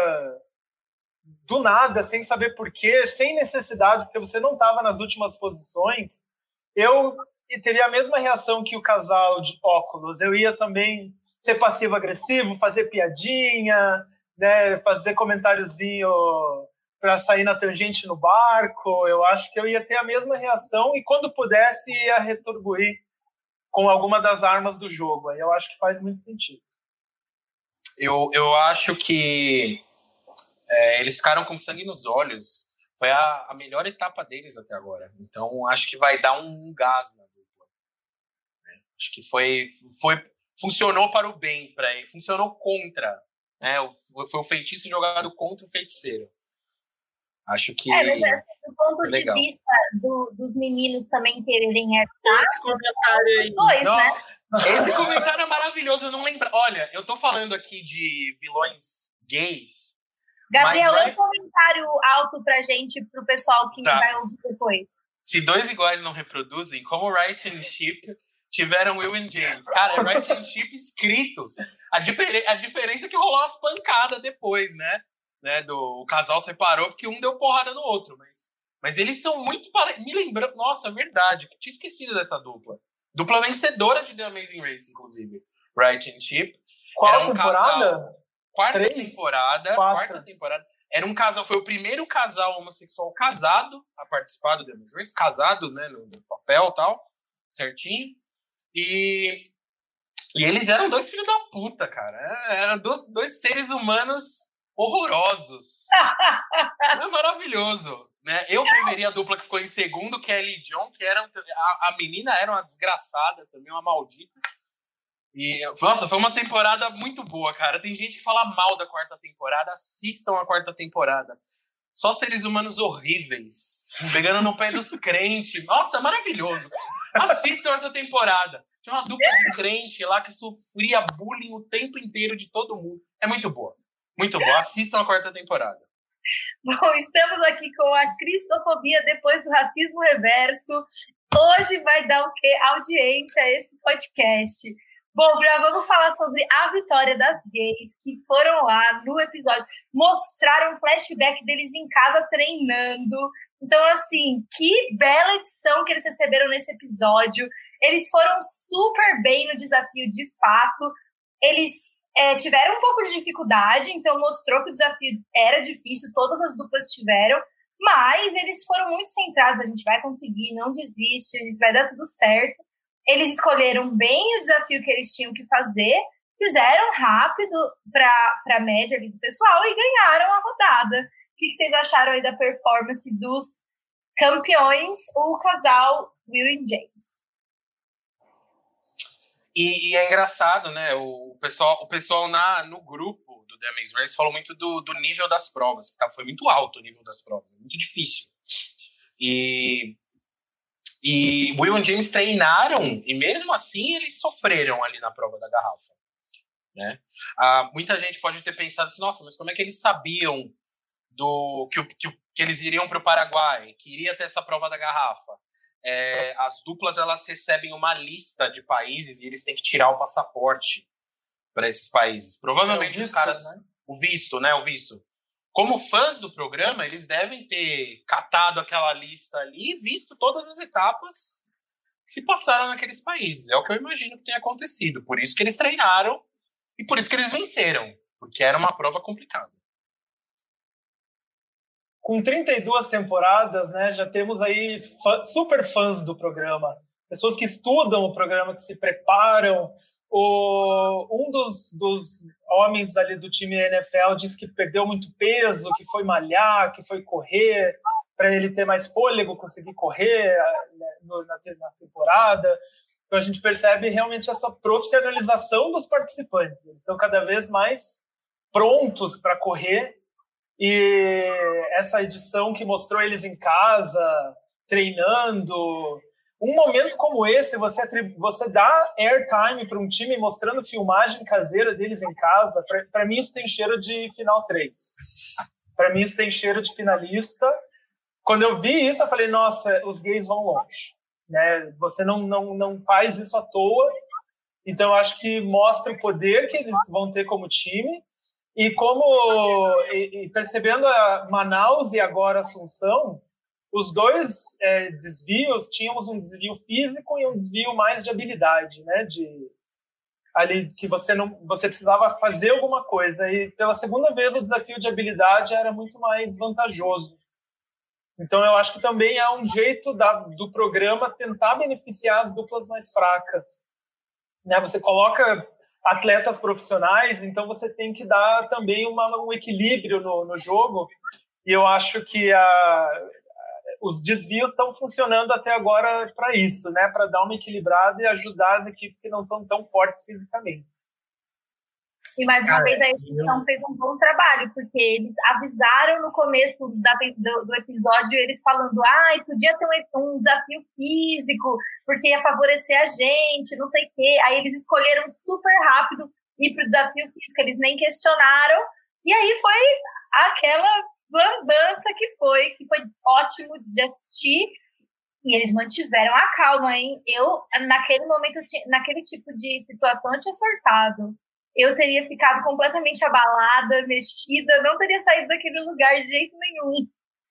do nada, sem saber porquê, sem necessidade, porque você não estava nas últimas posições. Eu teria a mesma reação que o casal de óculos. Eu ia também ser passivo-agressivo, fazer piadinha, né, fazer comentáriozinho para sair na tangente no barco. Eu acho que eu ia ter a mesma reação e, quando pudesse, ia retribuir com alguma das armas do jogo. Aí eu acho que faz muito sentido. Eu acho que eles ficaram com sangue nos olhos. Foi a melhor etapa deles até agora. Então, acho que vai dar um gás na dupla. Acho que funcionou para o bem, para ele. Funcionou contra. Né? Foi o feitiço jogado contra o feiticeiro. Acho que mas do ponto de vista dos meninos também quererem esse comentário aí. Dois, né? Esse comentário é maravilhoso, eu não lembro. Olha, eu tô falando aqui de vilões gays. Gabriel, lê um comentário alto pra gente, pro pessoal que vai ouvir depois. Se dois iguais não reproduzem, como Wright and Chip tiveram Will and James. Cara, é Wright and Chip escritos. A diferença é que rolou as pancadas depois, né? O casal separou porque um deu porrada no outro. Mas eles são muito... Me lembrando... Nossa, é verdade. Eu tinha esquecido dessa dupla. Dupla vencedora de The Amazing Race, inclusive. Wright and Chip. Qual temporada? Quarta temporada. Era um casal, foi o primeiro casal homossexual casado a participar do The Amazing Race. Casado, né? No papel e tal. Certinho. E eles eram dois filhos da puta, cara. Eram dois seres humanos horrorosos. É maravilhoso. Né? Eu preferia a dupla que ficou em segundo, Kelly e John, que a menina era uma desgraçada também, uma maldita. E, nossa, foi uma temporada muito boa, cara. Tem gente que fala mal da quarta temporada. Assistam a quarta temporada. Só seres humanos horríveis, pegando no pé dos crentes. Nossa, é maravilhoso. Assistam essa temporada. Tinha uma dupla de crente lá que sofria bullying o tempo inteiro de todo mundo. É muito boa. Muito boa. Assistam a quarta temporada. Bom, estamos aqui com a cristofobia depois do racismo reverso. Hoje vai dar o quê? Audiência a esse podcast. Bom, já vamos falar sobre a vitória das gays que foram lá no episódio, mostraram um flashback deles em casa treinando. Então, assim, que bela edição que eles receberam nesse episódio. Eles foram super bem no desafio de fato. Eles tiveram um pouco de dificuldade, então mostrou que o desafio era difícil, todas as duplas tiveram, mas eles foram muito centrados, a gente vai conseguir, não desiste, a gente vai dar tudo certo. Eles escolheram bem o desafio que eles tinham que fazer, fizeram rápido para a média ali do pessoal e ganharam a rodada. O que vocês acharam aí da performance dos campeões, o casal Will e James? E é engraçado, né? O pessoal no grupo do The Amazing Race falou muito do nível das provas. Foi muito alto o nível das provas, muito difícil. E Will e James treinaram, e mesmo assim eles sofreram ali na prova da garrafa. Né? Muita gente pode ter pensado assim, nossa, mas como é que eles sabiam que eles iriam para o Paraguai, que iria ter essa prova da garrafa? As duplas, elas recebem uma lista de países e eles têm que tirar o passaporte para esses países. Provavelmente os caras... Né? O visto. Como fãs do programa, eles devem ter catado aquela lista ali e visto todas as etapas que se passaram naqueles países. É o que eu imagino que tenha acontecido. Por isso que eles treinaram e por isso que eles venceram. Porque era uma prova complicada. Com 32 temporadas, né, já temos aí super fãs do programa. Pessoas que estudam o programa, que se preparam. Um dos homens ali do time NFL disse que perdeu muito peso, que foi malhar, que foi correr, para ele ter mais fôlego, conseguir correr, né, na temporada. Então a gente percebe realmente essa profissionalização dos participantes. Eles estão cada vez mais prontos para correr. E essa edição que mostrou eles em casa, treinando... Um momento como esse, você dá airtime para um time mostrando filmagem caseira deles em casa. Para mim, isso tem cheiro de final 3. Para mim, isso tem cheiro de finalista. Quando eu vi isso, eu falei, nossa, os gays vão longe. Né? Você não faz isso à toa. Então, eu acho que mostra o poder que eles vão ter como time. E percebendo a Manaus e agora Assunção, os dois desvios, tínhamos um desvio físico e um desvio mais de habilidade, né? Ali que você precisava fazer alguma coisa. E pela segunda vez o desafio de habilidade era muito mais vantajoso. Então eu acho que também é um jeito do programa tentar beneficiar as duplas mais fracas. Né? Você coloca atletas profissionais, então você tem que dar também um equilíbrio no jogo. E eu acho que os desvios estão funcionando até agora para isso, né? Para dar uma equilibrada e ajudar as equipes que não são tão fortes fisicamente. E mais uma vez a edição fez um bom trabalho, porque eles avisaram no começo do episódio, eles falando, podia ter um desafio físico, porque ia favorecer a gente, não sei o quê. Aí eles escolheram super rápido ir para o desafio físico, eles nem questionaram. E aí foi aquela lambança que foi ótimo de assistir. E eles mantiveram a calma, hein? Eu, naquele momento, naquele tipo de situação, eu tinha surtado. Eu teria ficado completamente abalada, mexida, não teria saído daquele lugar de jeito nenhum.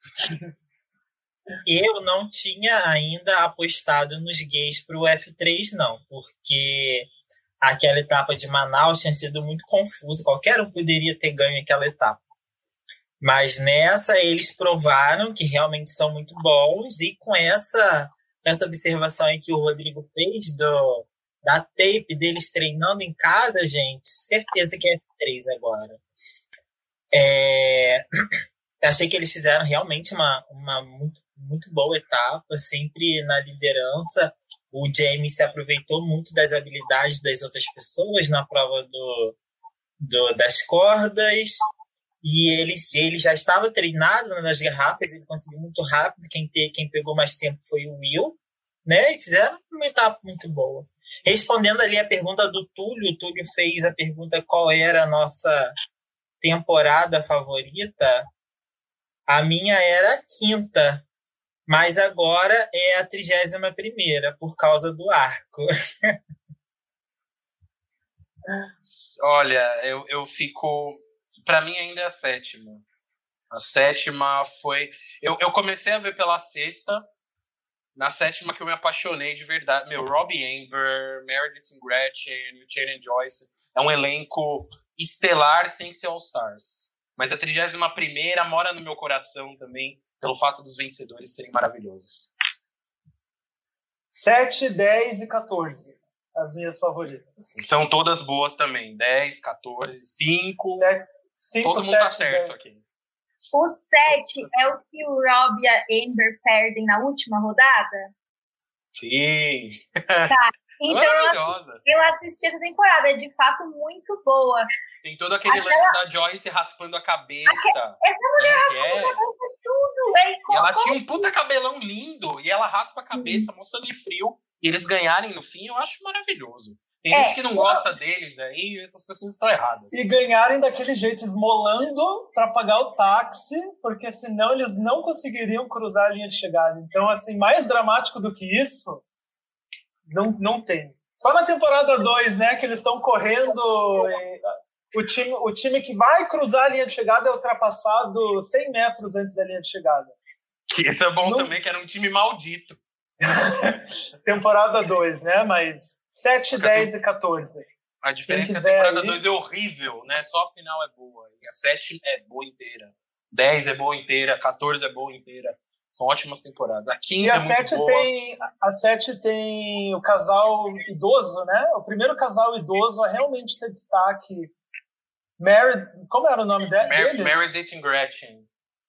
Eu não tinha ainda apostado nos gays para o F3, não, porque aquela etapa de Manaus tinha sido muito confusa, qualquer um poderia ter ganho aquela etapa. Mas nessa eles provaram que realmente são muito bons, e com essa observação aí que o Rodrigo fez da tape deles treinando em casa, gente, certeza que é F3 agora. Eu achei que eles fizeram realmente uma muito, muito boa etapa, sempre na liderança. O James se aproveitou muito das habilidades das outras pessoas na prova das cordas, e ele já estava treinado nas garrafas, ele conseguiu muito rápido. Quem pegou mais tempo foi o Will, né? E fizeram uma etapa muito boa. Respondendo ali a pergunta do Túlio, o Túlio fez a pergunta qual era a nossa temporada favorita. A minha era a 5ª, mas agora é a 31ª, por causa do arco. Olha, eu fico... Para mim ainda é a 7ª. A 7ª foi... Eu comecei a ver pela 6ª, na 7ª que eu me apaixonei de verdade. Robbie Amber, Meredith Gretchen, Shannon Joyce. É um elenco estelar sem ser All-Stars. Mas a 31ª mora no meu coração também, pelo fato dos vencedores serem maravilhosos. 7, 10 e 14. As minhas favoritas. São todas boas também. 10, 14, 5. 5 todo mundo tá certo 10. Aqui. O 7 é o que o Rob e a Amber perdem na última rodada? Sim. Cara, Então Maravilhosa. eu assisti essa temporada, é de fato muito boa. Tem todo aquele lance da Joyce raspando a cabeça. Essa mulher raspando a cabeça tudo. E ela tinha um puta cabelão lindo, e ela raspa a cabeça, mostrando frio, e eles ganharem no fim, eu acho maravilhoso. Tem gente que não gosta deles aí, essas pessoas estão erradas. E ganharem daquele jeito, esmolando para pagar o táxi, porque senão eles não conseguiriam cruzar a linha de chegada. Então, assim, mais dramático do que isso, não tem. Só na temporada 2, né, que eles estão correndo, o time que vai cruzar a linha de chegada é ultrapassado 100 metros antes da linha de chegada. Que isso é bom também, que era um time maldito. Temporada 2, né, mas 7, 10 e 14. A diferença é que a temporada 2 é horrível, né? Só a final é boa. E a 7 é boa inteira. 10 é boa inteira. 14 é boa inteira. São ótimas temporadas. A 15 é muito boa. A 7 tem o casal idoso, né? O primeiro casal idoso a realmente ter destaque. Como era o nome deles? Meredith e Gretchen.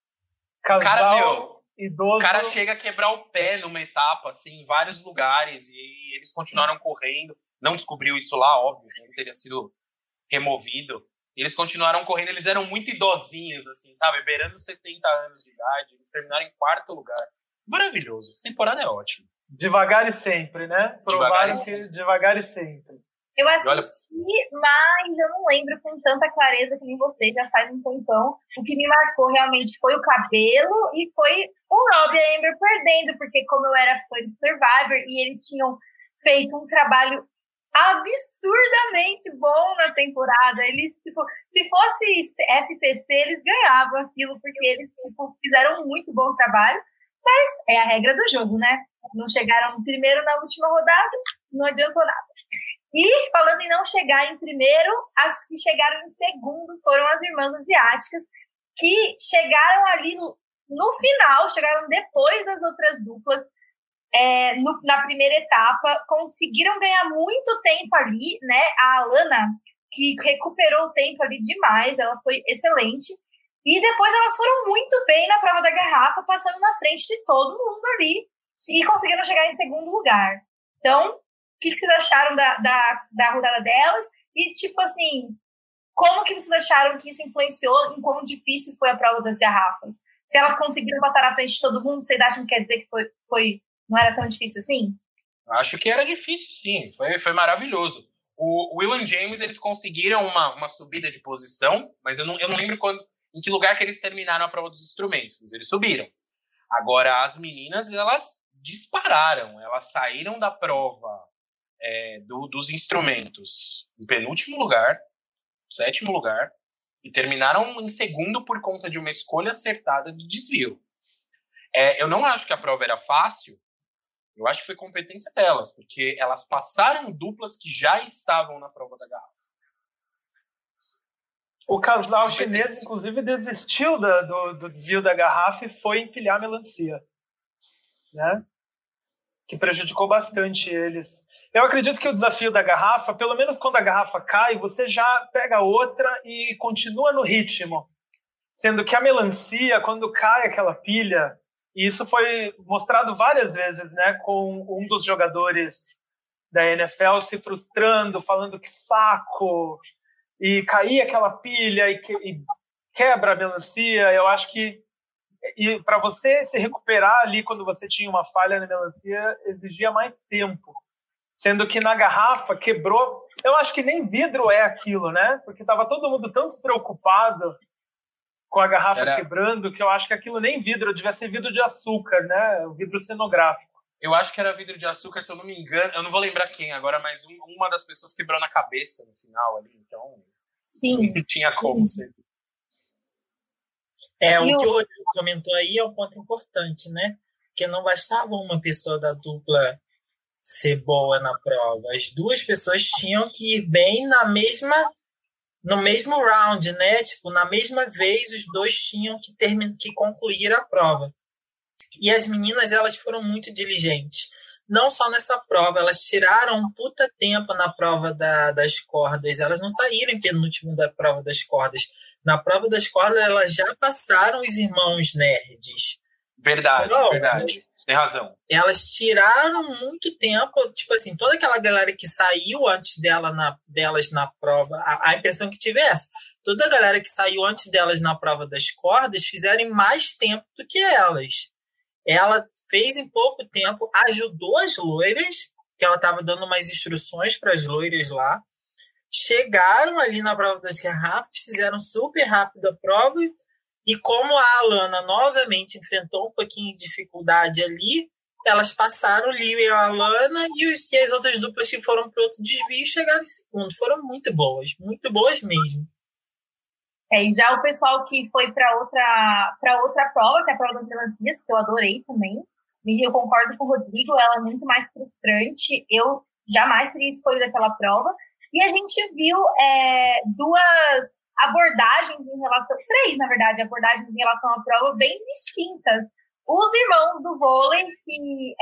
Casal idoso. O cara chega a quebrar o pé numa etapa, assim, em vários lugares, e eles continuaram correndo. Não descobriu isso lá, óbvio, não teria sido removido. Eles continuaram correndo, eles eram muito idosinhos, assim, sabe? Beirando 70 anos de idade, eles terminaram em 4º lugar. Maravilhoso, essa temporada é ótima. Devagar e sempre, né? Provaram que devagar e sempre. Eu assisti, mas eu não lembro com tanta clareza que nem você, já faz um tempão. O que me marcou realmente foi o cabelo e foi o Rob e a Amber perdendo, porque como eu era fã de Survivor e eles tinham feito um trabalho absurdamente bom na temporada. Eles, tipo, se fosse FTC, eles ganhavam aquilo, porque eles, tipo, fizeram muito bom trabalho, mas é a regra do jogo, né? Não chegaram primeiro na última rodada, não adiantou nada. E, falando em não chegar em primeiro, as que chegaram em segundo foram as irmãs asiáticas, que chegaram ali no final, chegaram depois das outras duplas, na primeira etapa, conseguiram ganhar muito tempo ali, né? A Alana, que recuperou o tempo ali demais, ela foi excelente. E depois elas foram muito bem na prova da garrafa, passando na frente de todo mundo ali e conseguiram chegar em segundo lugar. Então, o que vocês acharam da rodada delas? E, tipo assim, como que vocês acharam que isso influenciou em quão difícil foi a prova das garrafas? Se elas conseguiram passar na frente de todo mundo, vocês acham que quer dizer que não era tão difícil assim? Acho que era difícil, sim. Foi maravilhoso. O Will e James, eles conseguiram uma subida de posição, mas eu não lembro em que lugar que eles terminaram a prova dos instrumentos. Mas eles subiram. Agora, as meninas, elas dispararam. Elas saíram da prova dos instrumentos em penúltimo lugar, 7º lugar, e terminaram em segundo por conta de uma escolha acertada de desvio. Eu não acho que a prova era fácil. Eu acho que foi competência delas, porque elas passaram duplas que já estavam na prova da garrafa. O casal chinês, inclusive, desistiu do desvio da garrafa e foi empilhar melancia, né? Que prejudicou bastante eles. Eu acredito que o desafio da garrafa, pelo menos quando a garrafa cai, você já pega outra e continua no ritmo. Sendo que a melancia, quando cai aquela pilha, e isso foi mostrado várias vezes, né, com um dos jogadores da NFL se frustrando, falando que saco, e caía aquela pilha e quebra a melancia. Eu acho que para você se recuperar ali quando você tinha uma falha na melancia, exigia mais tempo. Sendo que na garrafa quebrou. Eu acho que nem vidro é aquilo, né? Porque estava todo mundo tão despreocupado com a garrafa quebrando, que eu acho que aquilo nem vidro, devia ser vidro de açúcar, né? O vidro cenográfico. Eu acho que era vidro de açúcar, se eu não me engano. Eu não vou lembrar quem agora, mas uma das pessoas quebrou na cabeça no final ali, então... Sim. Não tinha como ser. O que o Rodrigo comentou aí é um ponto importante, né? Porque não bastava uma pessoa da dupla ser boa na prova. As duas pessoas tinham que ir bem no mesmo round, né? Tipo, na mesma vez, os dois tinham que concluir a prova. E as meninas, elas foram muito diligentes. Não só nessa prova, elas tiraram um puta tempo na prova das cordas. Elas não saíram em penúltimo da prova das cordas. Na prova das cordas, elas já passaram os irmãos nerds. Verdade, Não, verdade. Tem razão. Elas tiraram muito tempo, tipo assim, toda aquela galera que saiu antes delas na prova, a impressão que tive é essa. Toda a galera que saiu antes delas na prova das cordas fizeram mais tempo do que elas. Ela fez em pouco tempo, ajudou as loiras, que ela estava dando umas instruções para as loiras lá. Chegaram ali na prova das garrafas, fizeram super rápido a prova. E como a Alana novamente enfrentou um pouquinho de dificuldade ali, elas passaram o Liu e a Alana, e as outras duplas que foram para outro desvio chegaram em segundo. Foram muito boas mesmo. E já o pessoal que foi para outra prova, que é a prova das melancias, que eu adorei também. Eu concordo com o Rodrigo, ela é muito mais frustrante. Eu jamais teria escolhido aquela prova. E a gente viu duas abordagens em relação... 3, na verdade, abordagens em relação à prova bem distintas. Os irmãos do vôlei, que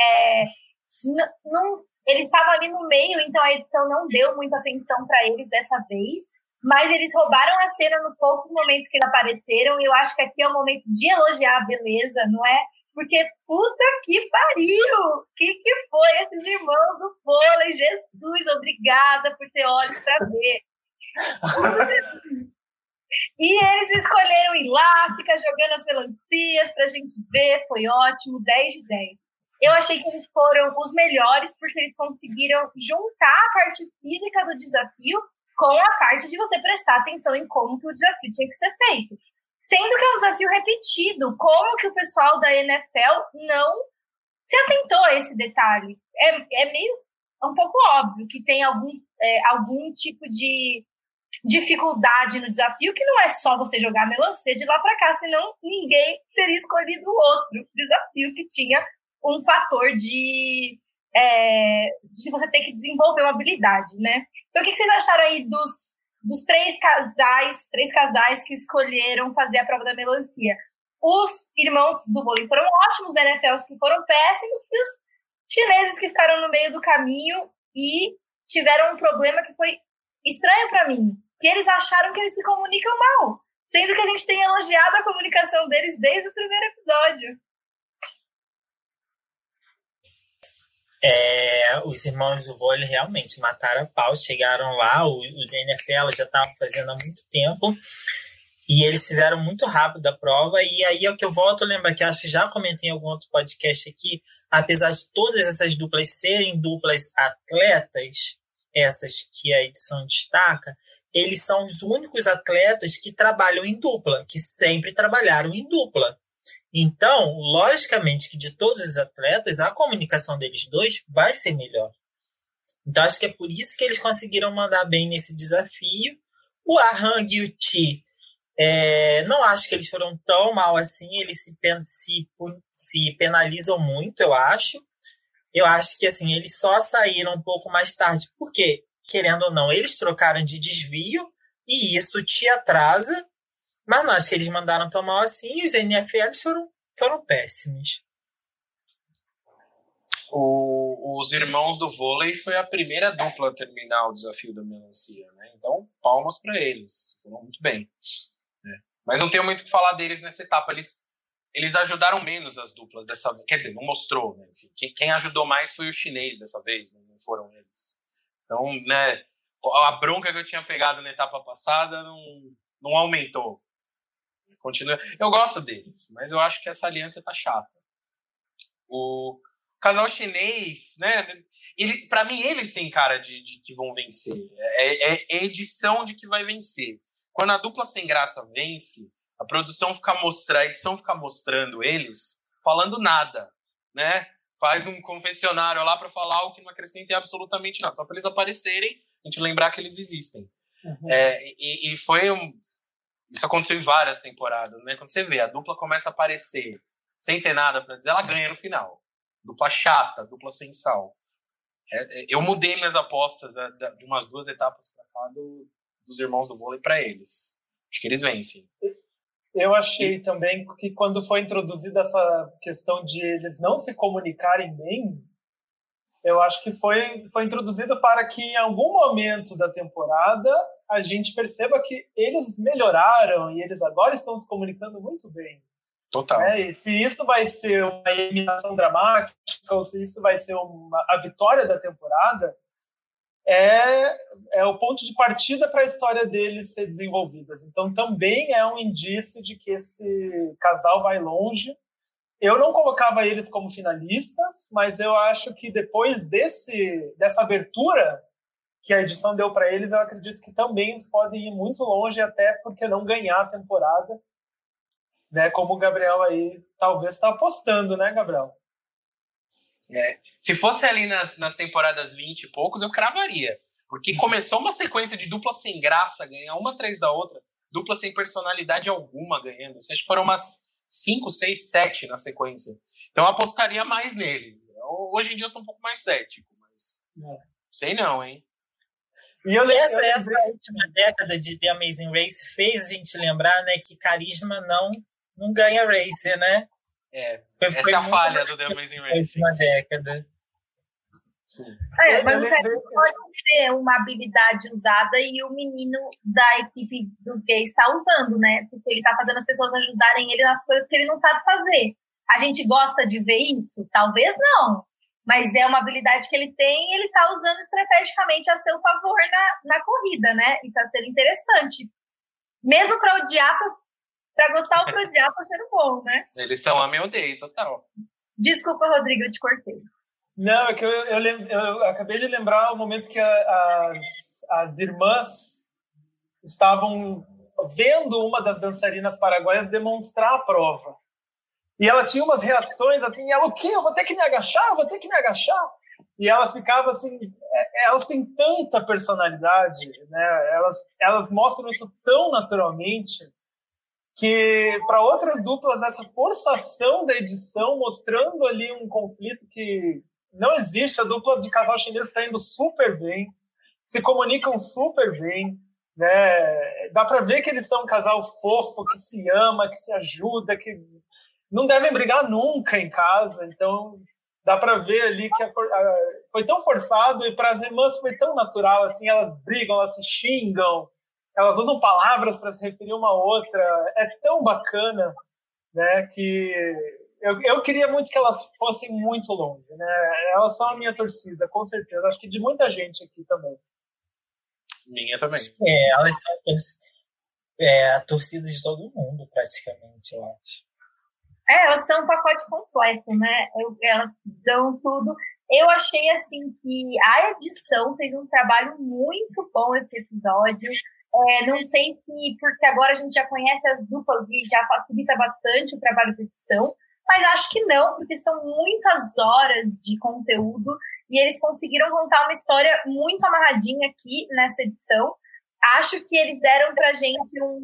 eles estavam ali no meio, então a edição não deu muita atenção para eles dessa vez. Mas eles roubaram a cena nos poucos momentos que eles apareceram, e eu acho que aqui é o momento de elogiar a beleza, não é? Porque puta que pariu! Que foi esses irmãos do vôlei? Jesus, obrigada por ter olhos para ver. E eles escolheram ir lá, ficar jogando as melancias pra gente ver, foi ótimo, 10 de 10. Eu achei que eles foram os melhores, porque eles conseguiram juntar a parte física do desafio com a parte de você prestar atenção em como que o desafio tinha que ser feito. Sendo que é um desafio repetido, como que o pessoal da NFL não se atentou a esse detalhe? É um pouco óbvio que tem algum tipo de dificuldade no desafio, que não é só você jogar melancia de lá para cá, senão ninguém teria escolhido outro desafio que tinha um fator de você ter que desenvolver uma habilidade, né? Então, o que vocês acharam aí dos três casais que escolheram fazer a prova da melancia? Os irmãos do vôlei foram ótimos, da NFL que foram péssimos, e os chineses que ficaram no meio do caminho e tiveram um problema que foi estranho para mim, que eles acharam que eles se comunicam mal, sendo que a gente tem elogiado a comunicação deles desde o primeiro episódio. Os irmãos do vôlei realmente mataram a pau, chegaram lá, os NFL já estavam fazendo há muito tempo, e eles fizeram muito rápido a prova, e aí é o que eu volto a lembrar, que acho que já comentei em algum outro podcast aqui, apesar de todas essas duplas serem duplas atletas, essas que a edição destaca, eles são os únicos atletas que trabalham em dupla, que sempre trabalharam em dupla. Então, logicamente que de todos os atletas, a comunicação deles dois vai ser melhor. Então, acho que é por isso que eles conseguiram mandar bem nesse desafio. O Ahang e o Chi, não acho que eles foram tão mal assim, eles se penalizam muito, eu acho. Eu acho que assim, eles só saíram um pouco mais tarde, porque, querendo ou não, eles trocaram de desvio, e isso te atrasa. Mas não acho que eles mandaram tão mal assim, e os NFLs foram péssimos. Os irmãos do vôlei foi a primeira dupla a terminar o desafio da melancia, né? Então, palmas para eles. Foram muito bem. Né? Mas não tenho muito o que falar deles nessa etapa. Eles ajudaram menos as duplas dessa vez. Quer dizer, não mostrou. Né? Enfim, quem ajudou mais foi o chinês dessa vez, não foram eles. Então, né, a bronca que eu tinha pegado na etapa passada não aumentou. Continua. Eu gosto deles, mas eu acho que essa aliança tá chata. O casal chinês, né? Para mim, eles têm cara de que vão vencer. É edição de que vai vencer. Quando a dupla sem graça vence, a produção a edição fica mostrando eles falando nada, né? Faz um confessionário lá para falar algo que não acrescenta absolutamente nada. Só para eles aparecerem, a gente lembrar que eles existem. Uhum. E foi isso aconteceu em várias temporadas, né? Quando você vê, a dupla começa a aparecer sem ter nada para dizer, ela ganha no final. Dupla chata, dupla sem sal. Eu mudei minhas apostas de umas 2 etapas para cá dos irmãos do vôlei para eles. Acho que eles vencem. Eu achei também que quando foi introduzida essa questão de eles não se comunicarem bem, eu acho que foi introduzido para que em algum momento da temporada a gente perceba que eles melhoraram e eles agora estão se comunicando muito bem. Total. E se isso vai ser uma eliminação dramática ou se isso vai ser a vitória da temporada, é o ponto de partida para a história deles ser desenvolvidas. Então, também é um indício de que esse casal vai longe. Eu não colocava eles como finalistas, mas eu acho que depois dessa abertura que a edição deu para eles, eu acredito que também eles podem ir muito longe, até porque não ganhar a temporada, né? Como o Gabriel aí talvez está apostando, né, Gabriel? Se fosse ali nas temporadas 20 e poucos, eu cravaria. Porque começou uma sequência de dupla sem graça, ganhar uma atrás da outra, dupla sem personalidade alguma ganhando. Acho que foram umas 5, 6, 7 na sequência. Então eu apostaria mais neles. Hoje em dia eu tô um pouco mais cético, mas sei não, hein? E essa última década de The Amazing Race fez a gente lembrar, né, que carisma não ganha race, né? Essa é a falha do The Amazing Race. Na década. Sim. Mas pode ser uma habilidade usada e o menino da equipe dos gays está usando, né? Porque ele está fazendo as pessoas ajudarem ele nas coisas que ele não sabe fazer. A gente gosta de ver isso? Talvez não. Mas é uma habilidade que ele tem e ele está usando estrategicamente a seu favor na corrida, né? E está sendo interessante. Mesmo para odiar, para gostar ou para odiar, está sendo bom, né? Eles são amém odeio, total. Desculpa, Rodrigo, eu te cortei. Não, é que eu acabei de lembrar o momento que as irmãs estavam vendo uma das dançarinas paraguaias demonstrar a prova. E ela tinha umas reações assim, e ela, o quê? Eu vou ter que me agachar? Eu vou ter que me agachar? E ela ficava assim, elas têm tanta personalidade, né? Elas mostram isso tão naturalmente que para outras duplas essa forçação da edição mostrando ali um conflito que não existe. A dupla de casal chinês está indo super bem, se comunicam super bem, né? Dá para ver que eles são um casal fofo, que se ama, que se ajuda, que não devem brigar nunca em casa. Então dá para ver ali que foi tão forçado, e para as irmãs foi tão natural, assim, elas brigam, elas se xingam, elas usam palavras para se referir uma a outra. É tão bacana, né, que eu queria muito que elas fossem muito longe, né? Elas são a minha torcida, com certeza. Acho que de muita gente aqui também. Minha também. Elas são a torcida de todo mundo, praticamente, eu acho. Elas são um pacote completo, né? Elas dão tudo. Eu achei, assim, que a edição fez um trabalho muito bom esse episódio. Não sei se porque agora a gente já conhece as duplas e já facilita bastante o trabalho de edição, mas acho que não, porque são muitas horas de conteúdo e eles conseguiram contar uma história muito amarradinha aqui nessa edição. Acho que eles deram pra gente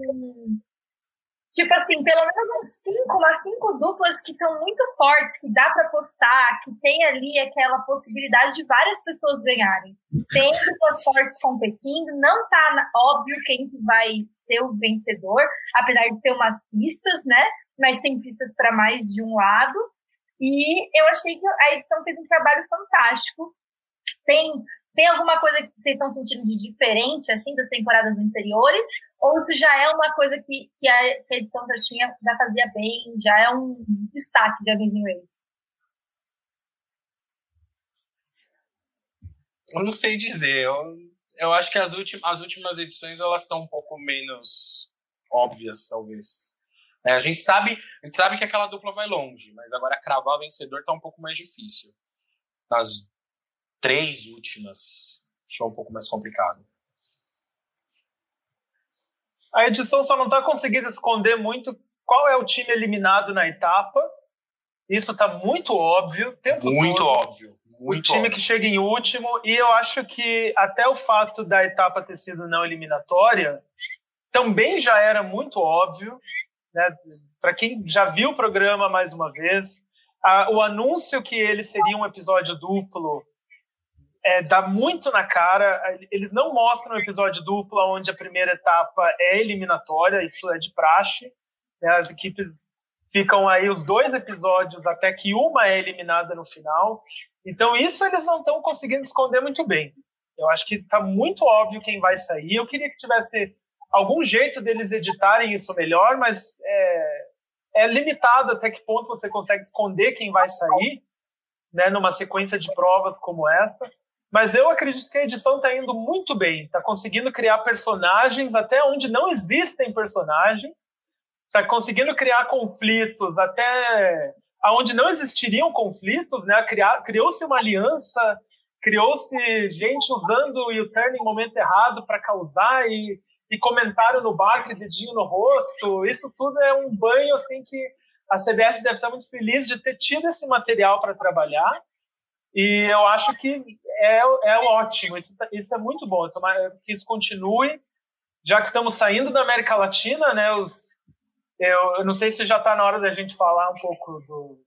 tipo assim, pelo menos umas 5 duplas que estão muito fortes, que dá para postar, que tem ali aquela possibilidade de várias pessoas ganharem. Tem duplas fortes competindo, não tá óbvio quem vai ser o vencedor, apesar de ter umas pistas, né? Mas tem pistas para mais de um lado. E eu achei que a edição fez um trabalho fantástico. Tem alguma coisa que vocês estão sentindo de diferente, assim, das temporadas anteriores? Ou isso já é uma coisa que a edição já fazia bem, já é um destaque de Amazing Race? Eu não sei dizer. Eu acho que as últimas edições elas estão um pouco menos óbvias, talvez. A gente sabe que aquela dupla vai longe, mas agora cravar o vencedor está um pouco mais difícil. Nas 3 últimas foi um pouco mais complicado. A edição só não está conseguindo esconder muito qual é o time eliminado na etapa. Isso está muito óbvio. Muito óbvio. O time que chega em último. E eu acho que até o fato da etapa ter sido não eliminatória também já era muito óbvio, né? Para quem já viu o programa mais uma vez, o anúncio que ele seria um episódio duplo dá muito na cara. Eles não mostram um episódio duplo onde a primeira etapa é eliminatória, isso é de praxe, né? As equipes ficam aí os 2 episódios até que uma é eliminada no final. Então isso eles não estão conseguindo esconder muito bem. Eu acho que está muito óbvio quem vai sair. Eu queria que tivesse algum jeito deles editarem isso melhor, mas é limitado até que ponto você consegue esconder quem vai sair, né, numa sequência de provas como essa. Mas eu acredito que a edição está indo muito bem, está conseguindo criar personagens até onde não existem personagens, está conseguindo criar conflitos até onde não existiriam conflitos, né? Criou-se uma aliança, criou-se gente usando o U-turn em momento errado para causar e comentário no barco e dedinho no rosto. Isso tudo é um banho assim que a CBS deve estar muito feliz de ter tido esse material para trabalhar. E eu acho que é ótimo, isso é muito bom. Tomara que isso continue, já que estamos saindo da América Latina, né? Eu não sei se já está na hora da gente falar um pouco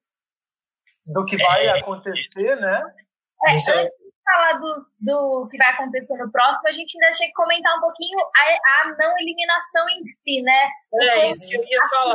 do que vai acontecer, né? Antes de falar do que vai acontecer no próximo, a gente ainda tinha que comentar um pouquinho a não eliminação em si, né? Isso que eu ia falar.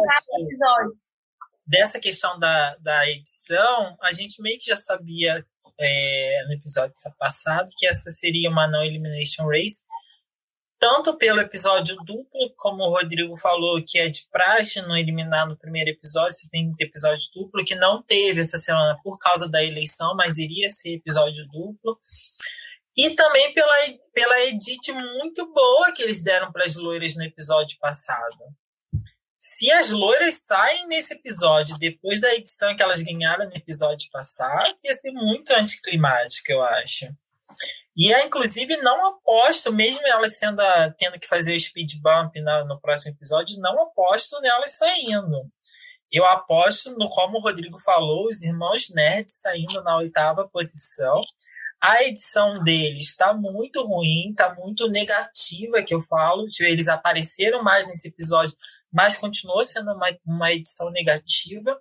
Dessa questão da edição, a gente meio que já sabia no episódio passado que essa seria uma não elimination race, tanto pelo episódio duplo, como o Rodrigo falou, que é de praxe não eliminar no primeiro episódio, se tem episódio duplo, que não teve essa semana por causa da eleição, mas iria ser episódio duplo. E também pela edit muito boa que eles deram para as loiras no episódio passado. Se as loiras saem nesse episódio depois da edição que elas ganharam no episódio passado, ia ser muito anticlimático, eu acho. E eu, inclusive, não aposto, mesmo elas tendo que fazer o speed bump no próximo episódio, não aposto nelas saindo. Eu aposto, como o Rodrigo falou, os irmãos nerds saindo na 8ª posição. A edição deles está muito ruim, está muito negativa, que eu falo. Eles apareceram mais nesse episódio, mas continuou sendo uma edição negativa.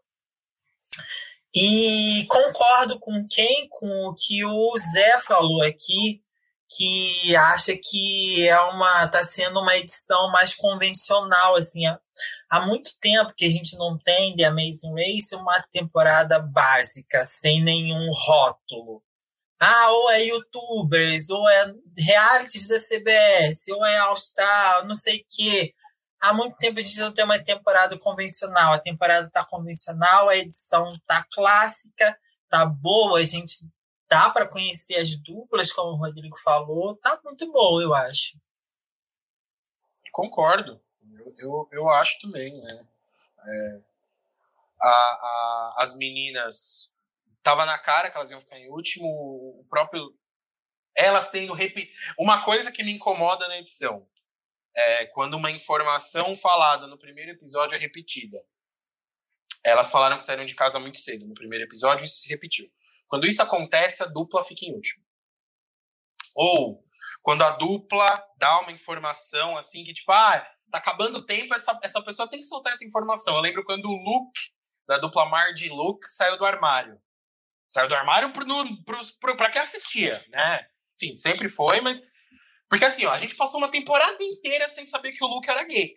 E concordo com o que o Zé falou aqui, que acha que está sendo uma edição mais convencional. Assim, há muito tempo que a gente não tem The Amazing Race uma temporada básica, sem nenhum rótulo. Ou é youtubers, ou é realities da CBS, ou é All Star, não sei o quê. Há muito tempo a gente não tem uma temporada convencional. A temporada está convencional, a edição está clássica, está boa, a gente dá para conhecer as duplas, como o Rodrigo falou. Está muito boa, eu acho. Concordo. Eu acho também, né? As meninas... Tava na cara que elas iam ficar em último, o próprio... Elas tendo... Uma coisa que me incomoda na edição é quando uma informação falada no primeiro episódio é repetida. Elas falaram que saíram de casa muito cedo no primeiro episódio e isso se repetiu. Quando isso acontece, a dupla fica em último. Ou quando a dupla dá uma informação assim que tipo, tá acabando o tempo, essa pessoa tem que soltar essa informação. Eu lembro quando o Luke, da dupla Marge e Luke, saiu do armário. Saiu do armário pra quem assistia, né? Enfim, sempre foi, mas... Porque assim, a gente passou uma temporada inteira sem saber que o Luke era gay.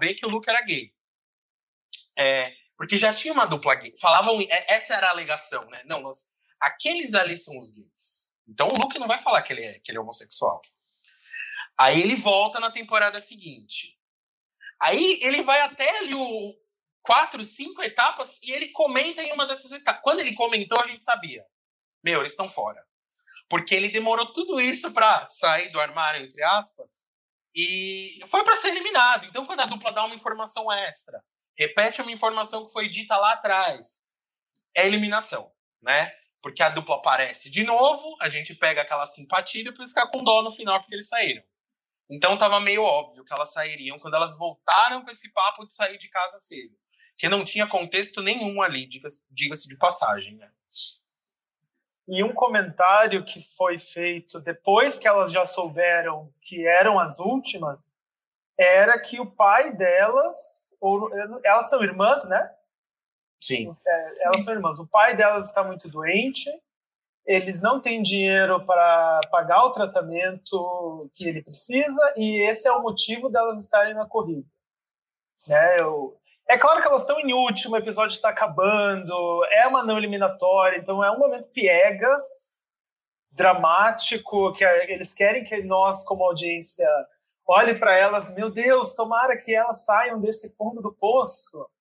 Porque já tinha uma dupla gay. Falavam... Essa era a alegação, né? Não, aqueles ali são os gays. Então o Luke não vai falar que ele é homossexual. Aí ele volta na temporada seguinte. Aí ele vai até ali 4, 5 etapas e ele comenta em uma dessas etapas. Quando ele comentou, a gente sabia. Eles estão fora. Porque ele demorou tudo isso para sair do armário, entre aspas, e foi para ser eliminado. Então, quando a dupla dá uma informação extra, repete uma informação que foi dita lá atrás, é eliminação, né? Porque a dupla aparece de novo, a gente pega aquela simpatia e depois fica com dó no final porque eles saíram. Então, estava meio óbvio que elas sairiam quando elas voltaram com esse papo de sair de casa cedo. Que não tinha contexto nenhum ali, diga-se de passagem, né? E um comentário que foi feito depois que elas já souberam que eram as últimas, era que o pai delas, elas são irmãs, né? Sim. Elas são irmãs. O pai delas está muito doente, eles não têm dinheiro para pagar o tratamento que ele precisa, e esse é o motivo delas estarem na corrida. Né? É claro que elas estão em último, o episódio está acabando, é uma não eliminatória, então é um momento piegas, dramático, que eles querem que nós, como audiência, olhe para elas, meu Deus, tomara que elas saiam desse fundo do poço.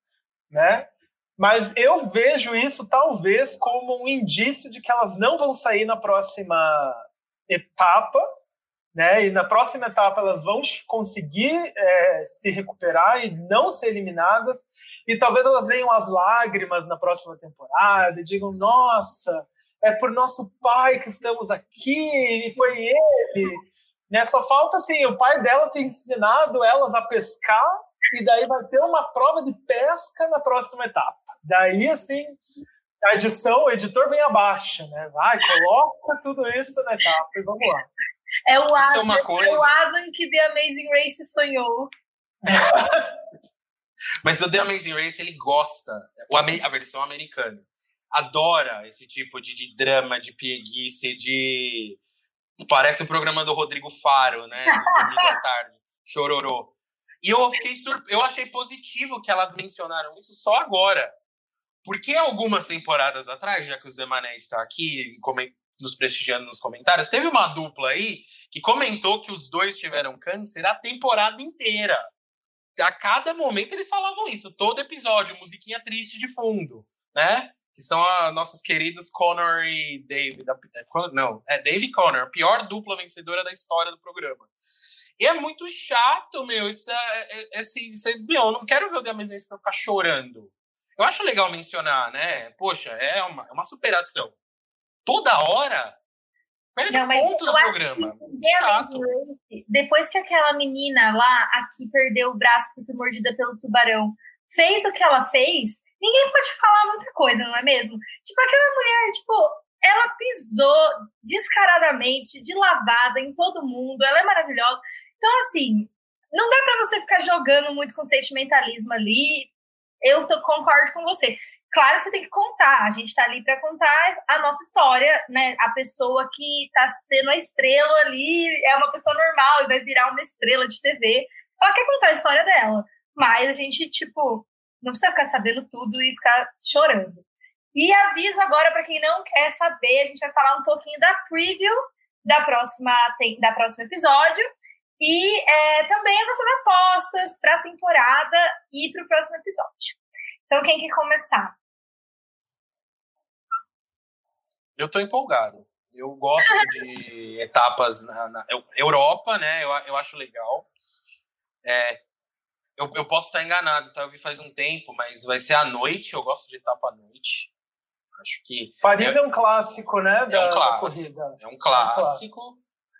né? Mas eu vejo isso talvez como um indício de que elas não vão sair na próxima etapa, né? E na próxima etapa elas vão conseguir se recuperar e não ser eliminadas. E talvez elas venham as lágrimas na próxima temporada e digam: nossa, é por nosso pai que estamos aqui, e foi ele. Né? Só falta assim, o pai dela ter ensinado elas a pescar, e daí vai ter uma prova de pesca na próxima etapa. Daí, assim, o editor vem abaixo, né? Vai, coloca tudo isso na etapa e vamos lá. É o Adam que The Amazing Race sonhou. Mas o The Amazing Race, ele gosta, a versão americana, adora esse tipo de drama, de pieguice, de... Parece o programa do Rodrigo Faro, né? Do Domingo à Tarde, Chororô. E eu achei positivo que elas mencionaram isso só agora. Porque algumas temporadas atrás, já que o Zé Mané está aqui nos prestigiando nos comentários, teve uma dupla aí que comentou que os dois tiveram câncer a temporada inteira. A cada momento eles falavam isso, todo episódio, musiquinha triste de fundo, né? Que são nossos queridos Connor e Dave. Dave e Connor, a pior dupla vencedora da história do programa. E é muito chato, meu. Eu não quero ver o The Amazing Race pra ficar chorando. Eu acho legal mencionar, né? Poxa, é uma superação. Toda hora perde ponto do programa. Race, depois que aquela menina lá, aqui perdeu o braço porque foi mordida pelo tubarão, fez o que ela fez, ninguém pode falar muita coisa, não é mesmo? Tipo, aquela mulher, ela pisou descaradamente, de lavada em todo mundo, ela é maravilhosa. Então, assim, não dá pra você ficar jogando muito com sentimentalismo ali. Eu concordo com você. Claro que você tem que contar, a gente tá ali pra contar a nossa história, né? A pessoa que tá sendo a estrela ali é uma pessoa normal e vai virar uma estrela de TV. Ela quer contar a história dela, mas a gente, não precisa ficar sabendo tudo e ficar chorando. E aviso agora para quem não quer saber, a gente vai falar um pouquinho da preview da próximo episódio e também as nossas apostas para a temporada e para o próximo episódio. Então, quem quer começar? Eu tô empolgado. Eu gosto de etapas na Europa, né? Eu acho legal. Eu posso estar enganado, tá? Eu vi faz um tempo, mas vai ser à noite. Eu gosto de etapa à noite. Acho que... Paris é um clássico, né? Da corrida. É um clássico.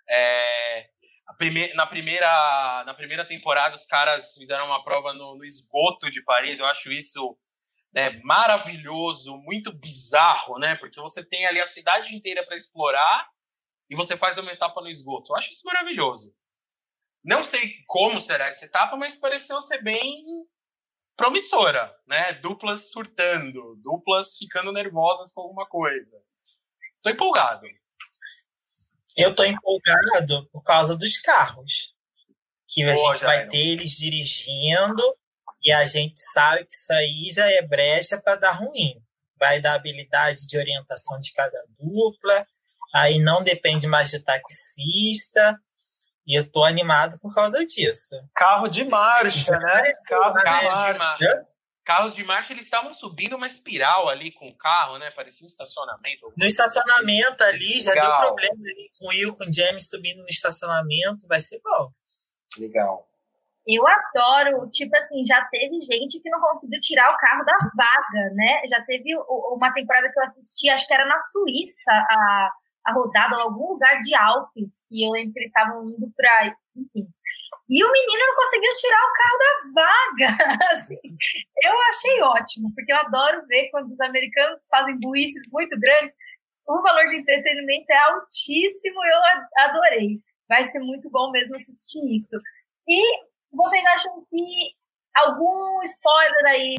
Na primeira temporada, os caras fizeram uma prova no esgoto de Paris. Eu acho isso maravilhoso, muito bizarro, né? Porque você tem ali a cidade inteira para explorar e você faz uma etapa no esgoto. Eu acho isso maravilhoso. Não sei como será essa etapa, mas pareceu ser bem promissora, né? Duplas surtando, duplas ficando nervosas com alguma coisa. Tô empolgado. Eu tô empolgado por causa dos carros. Que a gente vai ter eles dirigindo e a gente sabe que isso aí já é brecha para dar ruim. Vai dar habilidade de orientação de cada dupla, aí não depende mais de taxista. E eu tô animado por causa disso. Carro de marcha, né? Carros de marcha, eles estavam subindo uma espiral ali com o carro, né? Parecia um estacionamento. No estacionamento ali, já deu problema ali com o Will, com o James subindo no estacionamento. Vai ser bom. Legal. Eu adoro, já teve gente que não conseguiu tirar o carro da vaga, né? Já teve uma temporada que eu assisti, acho que era na Suíça, a rodada ou algum lugar de Alpes, que eu lembro que eles estavam indo pra... Enfim. E o menino não conseguiu tirar o carro da vaga. Assim, eu achei ótimo, porque eu adoro ver quando os americanos fazem burrices muito grandes. O valor de entretenimento é altíssimo, eu adorei. Vai ser muito bom mesmo assistir isso. E vocês acham que algum spoiler aí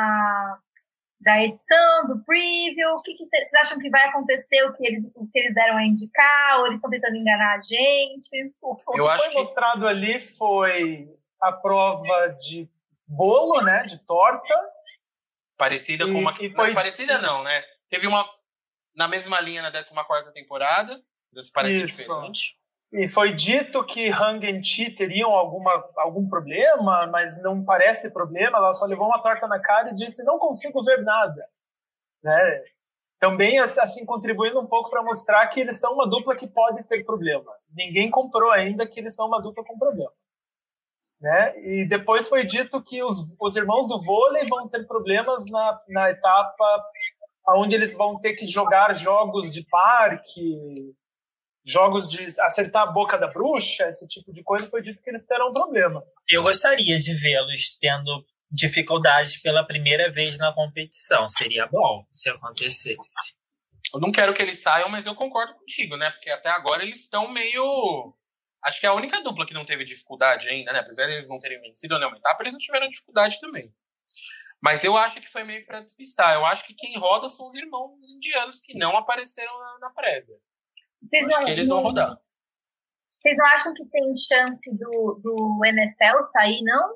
da edição, do preview, o que vocês acham que vai acontecer, o que eles deram a indicar, ou eles estão tentando enganar a gente? O que foi mostrado ali foi a prova de bolo, né, de torta. Parecida com uma... Parecida não, né? Teve uma na mesma linha na 14ª temporada, mas parece diferente. E foi dito que Hang e Chi teriam algum problema, mas não parece problema. Ela só levou uma torta na cara e disse: não consigo ver nada. Né? Também, assim, contribuindo um pouco para mostrar que eles são uma dupla que pode ter problema. Ninguém comprou ainda que eles são uma dupla com problema. Né? E depois foi dito que os irmãos do vôlei vão ter problemas na etapa onde eles vão ter que jogar jogos de parque, jogos de acertar a boca da bruxa, esse tipo de coisa. Foi dito que eles terão problemas. Eu gostaria de vê-los tendo dificuldades pela primeira vez na competição. Seria bom se acontecesse. Eu não quero que eles saiam, mas eu concordo contigo, né? Porque até agora eles estão meio... Acho que é a única dupla que não teve dificuldade ainda, né? Apesar de eles não terem vencido nenhuma etapa, eles não tiveram dificuldade também. Mas eu acho que foi meio para despistar. Eu acho que quem roda são os irmãos indianos que não apareceram na prévia. Acho que eles vão rodar. Vocês não acham que tem chance do NFL sair, não?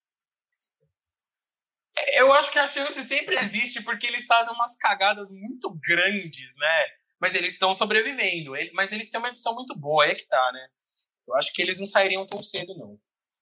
Eu acho que a chance sempre existe porque eles fazem umas cagadas muito grandes, né? Mas eles estão sobrevivendo. Mas eles têm uma edição muito boa, aí é que tá, né? Eu acho que eles não sairiam tão cedo, não.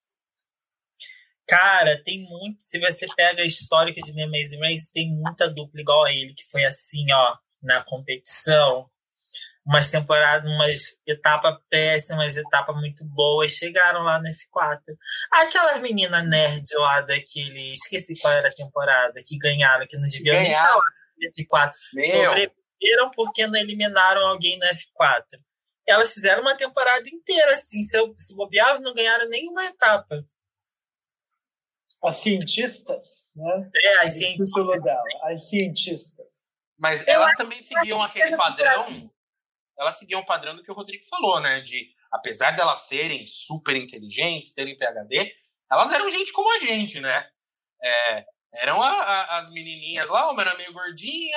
Cara, tem muito... Se você pega a histórica de The Amazing Race, tem muita dupla igual a ele, que foi assim, ó, na competição. Umas temporadas, umas etapas péssimas, etapas muito boas, chegaram lá no F4. Aquelas meninas nerd lá daquele... Esqueci qual era a temporada, que ganharam, que não deviam nem estar lá no F4. Sobreviveram porque não eliminaram alguém no F4. Elas fizeram uma temporada inteira, assim. Se bobeavam, não ganharam nenhuma etapa. As cientistas, né? As cientistas. As cientistas. Mas elas também seguiam aquele padrão. Elas seguiam o padrão do que o Rodrigo falou, né? De, apesar de elas serem super inteligentes, terem PhD, elas eram gente como a gente, né? Eram as menininhas lá, uma era meio gordinha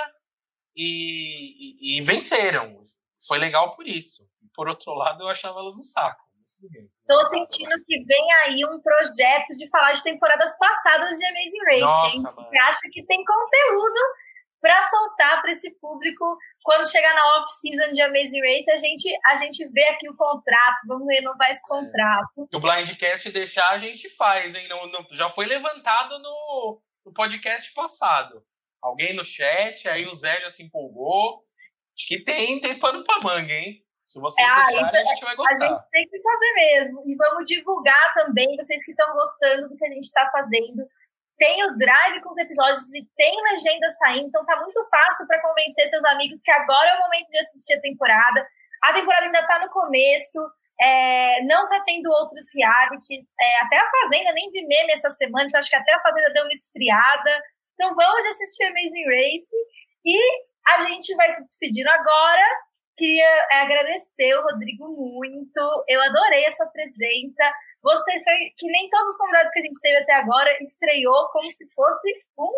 e venceram. Foi legal por isso. Por outro lado, eu achava elas um saco. Tô sentindo que vem aí um projeto de falar de temporadas passadas de Amazing Race. Nossa, hein? mano. Você acha que tem conteúdo para soltar para esse público quando chegar na off-season de Amazing Race? A gente vê aqui o contrato, vamos renovar esse contrato. O Blindcast deixar, a gente faz, hein? Já foi levantado no podcast passado. Alguém no chat, aí o Zé já se empolgou. Acho que tem pano pra manga, hein? Se vocês deixarem, a gente vai gostar. A gente tem que fazer mesmo. E vamos divulgar também, vocês que estão gostando do que a gente está fazendo. Tem o Drive com os episódios e tem legenda saindo, então tá muito fácil para convencer seus amigos que agora é o momento de assistir a temporada. A temporada ainda tá no começo, não tá tendo outros realities. Até a Fazenda, nem vi meme essa semana, então acho que até a Fazenda deu uma esfriada. Então vamos assistir Amazing Race. E a gente vai se despedindo agora. Queria agradecer o Rodrigo muito. Eu adorei a sua presença. Você foi, que nem todos os convidados que a gente teve até agora, estreou como se fosse um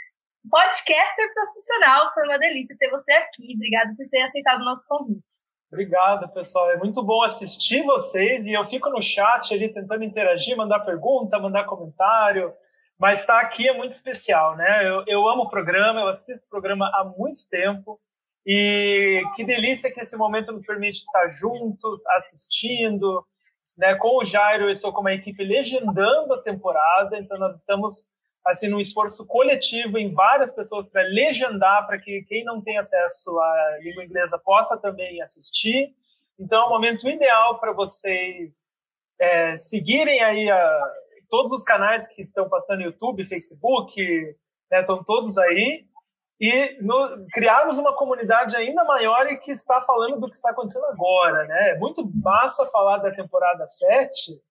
podcaster profissional. Foi uma delícia ter você aqui. Obrigada por ter aceitado o nosso convite. Obrigado, pessoal. É muito bom assistir vocês. E eu fico no chat ali tentando interagir, mandar pergunta, mandar comentário. Mas estar aqui é muito especial, né? Eu amo o programa, eu assisto o programa há muito tempo. E que delícia que esse momento nos permite estar juntos, assistindo. Né? Com o Jairo, eu estou com uma equipe legendando a temporada, então nós estamos assim, num esforço coletivo em várias pessoas para legendar, para que quem não tem acesso à língua inglesa possa também assistir. Então é um momento ideal para vocês seguirem aí todos os canais que estão passando no YouTube, Facebook, né? Estão todos aí. E criarmos uma comunidade ainda maior e que está falando do que está acontecendo agora, né? É muito massa falar da temporada 7,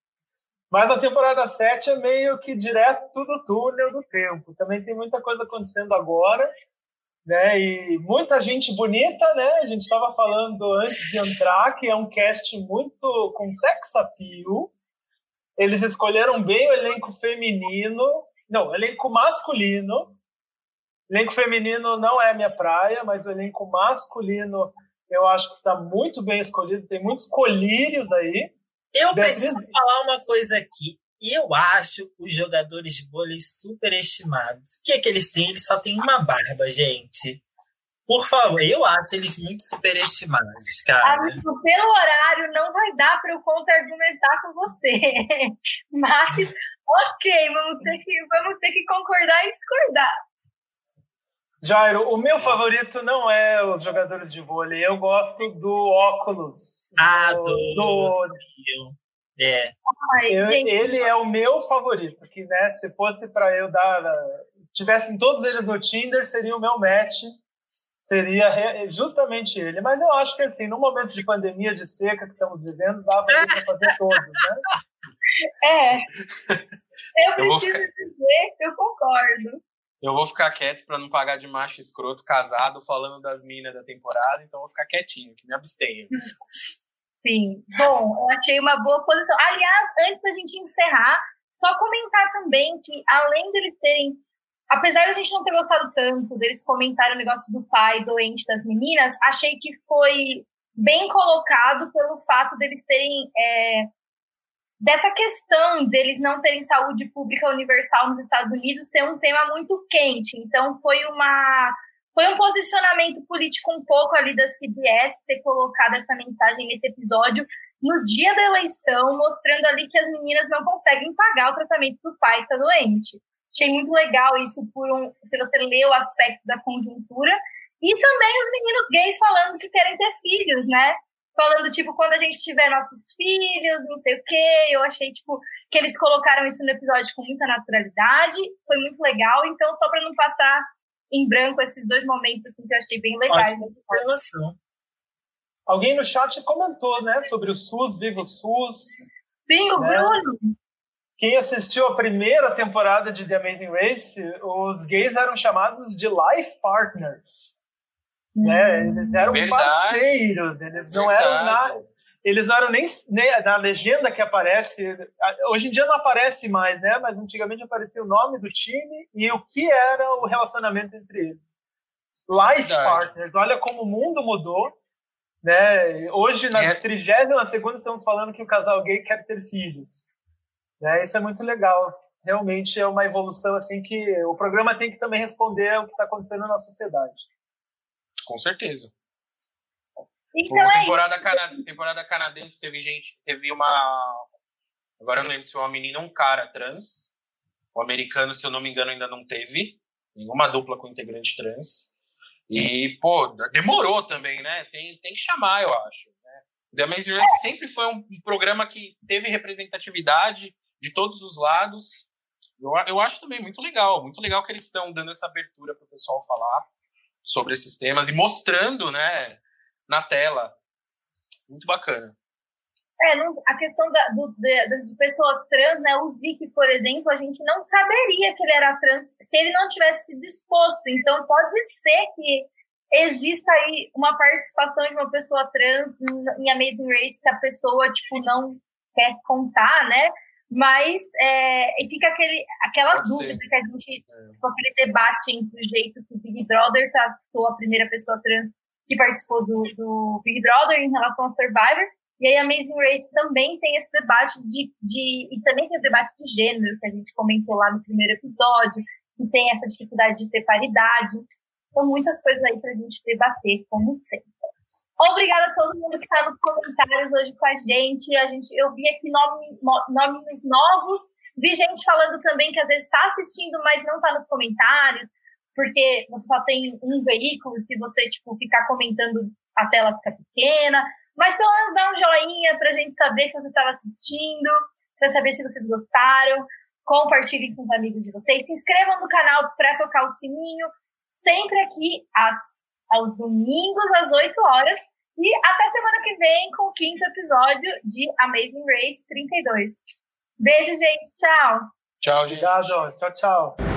mas a temporada 7 é meio que direto do túnel do tempo. Também tem muita coisa acontecendo agora, né? E muita gente bonita, né? A gente estava falando antes de entrar que é um cast muito com sex appeal. Eles escolheram bem o elenco feminino, não, o elenco masculino. O elenco feminino não é a minha praia, mas o elenco masculino eu acho que está muito bem escolhido. Tem muitos colírios aí. Eu preciso falar uma coisa aqui. Eu acho os jogadores de vôlei superestimados. O que é que eles têm? Eles só têm uma barba, gente. Por favor, eu acho eles muito superestimados, cara. Amigo, pelo horário, não vai dar para eu contra-argumentar com você. Mas, ok, vamos ter que concordar e discordar. Jairo, o meu favorito não é os jogadores de vôlei. Eu gosto do óculos. Ele é o meu favorito. Que, né, se fosse para eu tivessem todos eles no Tinder, seria o meu match. Seria justamente ele. Mas eu acho que, assim, no momento de pandemia, de seca que estamos vivendo, dá para fazer todos, né? Eu preciso dizer que eu concordo. Eu vou ficar quieto para não pagar de macho escroto casado falando das minas da temporada, então eu vou ficar quietinho, que me abstenho. Sim. Bom, eu achei uma boa posição. Aliás, antes da gente encerrar, só comentar também que, além deles terem... Apesar de a gente não ter gostado tanto deles comentarem o negócio do pai doente das meninas, achei que foi bem colocado pelo fato deles terem... dessa questão deles não terem saúde pública universal nos Estados Unidos ser um tema muito quente. Então, foi um posicionamento político um pouco ali da CBS ter colocado essa mensagem nesse episódio no dia da eleição, mostrando ali que as meninas não conseguem pagar o tratamento do pai que está doente. Achei muito legal isso, se você lê o aspecto da conjuntura. E também os meninos gays falando que querem ter filhos, né? Falando, tipo, quando a gente tiver nossos filhos, não sei o quê. Eu achei, tipo, que eles colocaram isso no episódio com muita naturalidade. Foi muito legal. Então, só para não passar em branco esses dois momentos, assim, que eu achei bem legais. Alguém no chat comentou, né, sobre o SUS, Viva o SUS. Sim, o Bruno. Quem assistiu a primeira temporada de The Amazing Race, os gays eram chamados de life partners. Né? Eles eram parceiros, eles não eram nem na legenda que aparece. Hoje em dia não aparece mais, né? Mas antigamente aparecia o nome do time e o que era o relacionamento entre eles. Life partners, olha como o mundo mudou. Né? Hoje, na 32ª, estamos falando que o casal gay quer ter filhos. Né? Isso é muito legal. Realmente é uma evolução assim que o programa tem que também responder ao que está acontecendo na sociedade. Com certeza. Então, temporada canadense teve uma... Agora eu não lembro se é uma menina ou um cara trans. O americano, se eu não me engano, ainda não teve nenhuma dupla com integrante trans. E, demorou também, né? Tem que chamar, eu acho. Né? The Amazing Race sempre foi um programa que teve representatividade de todos os lados. Eu acho também muito legal que eles estão dando essa abertura para o pessoal falar sobre esses temas e mostrando, né, na tela. Muito bacana. A questão das pessoas trans, né, o Zic, por exemplo, a gente não saberia que ele era trans se ele não tivesse sido exposto. Então, pode ser que exista aí uma participação de uma pessoa trans em Amazing Race que a pessoa, tipo, não quer contar, né? Mas fica aquela dúvida que a gente, tipo, aquele debate entre o jeito que o Big Brother tratou a primeira pessoa trans que participou do Big Brother em relação a Survivor, e aí a Amazing Race também tem esse debate e também tem o debate de gênero, que a gente comentou lá no primeiro episódio, que tem essa dificuldade de ter paridade. Então, muitas coisas aí pra gente debater, como sempre. Obrigada a todo mundo que está nos comentários hoje com a gente. Eu vi aqui nomes novos. Vi gente falando também que às vezes está assistindo, mas não está nos comentários, porque você só tem um veículo. Se você ficar comentando, a tela fica pequena. Mas pelo menos dá um joinha para a gente saber que você estava assistindo, para saber se vocês gostaram. Compartilhem com os amigos de vocês. Se inscrevam no canal para tocar o sininho. Sempre aqui aos domingos, às 8 horas. E até semana que vem com o 5º episódio de Amazing Race 32. Beijo, gente. Tchau. Tchau, gente. Obrigado. Tchau, tchau.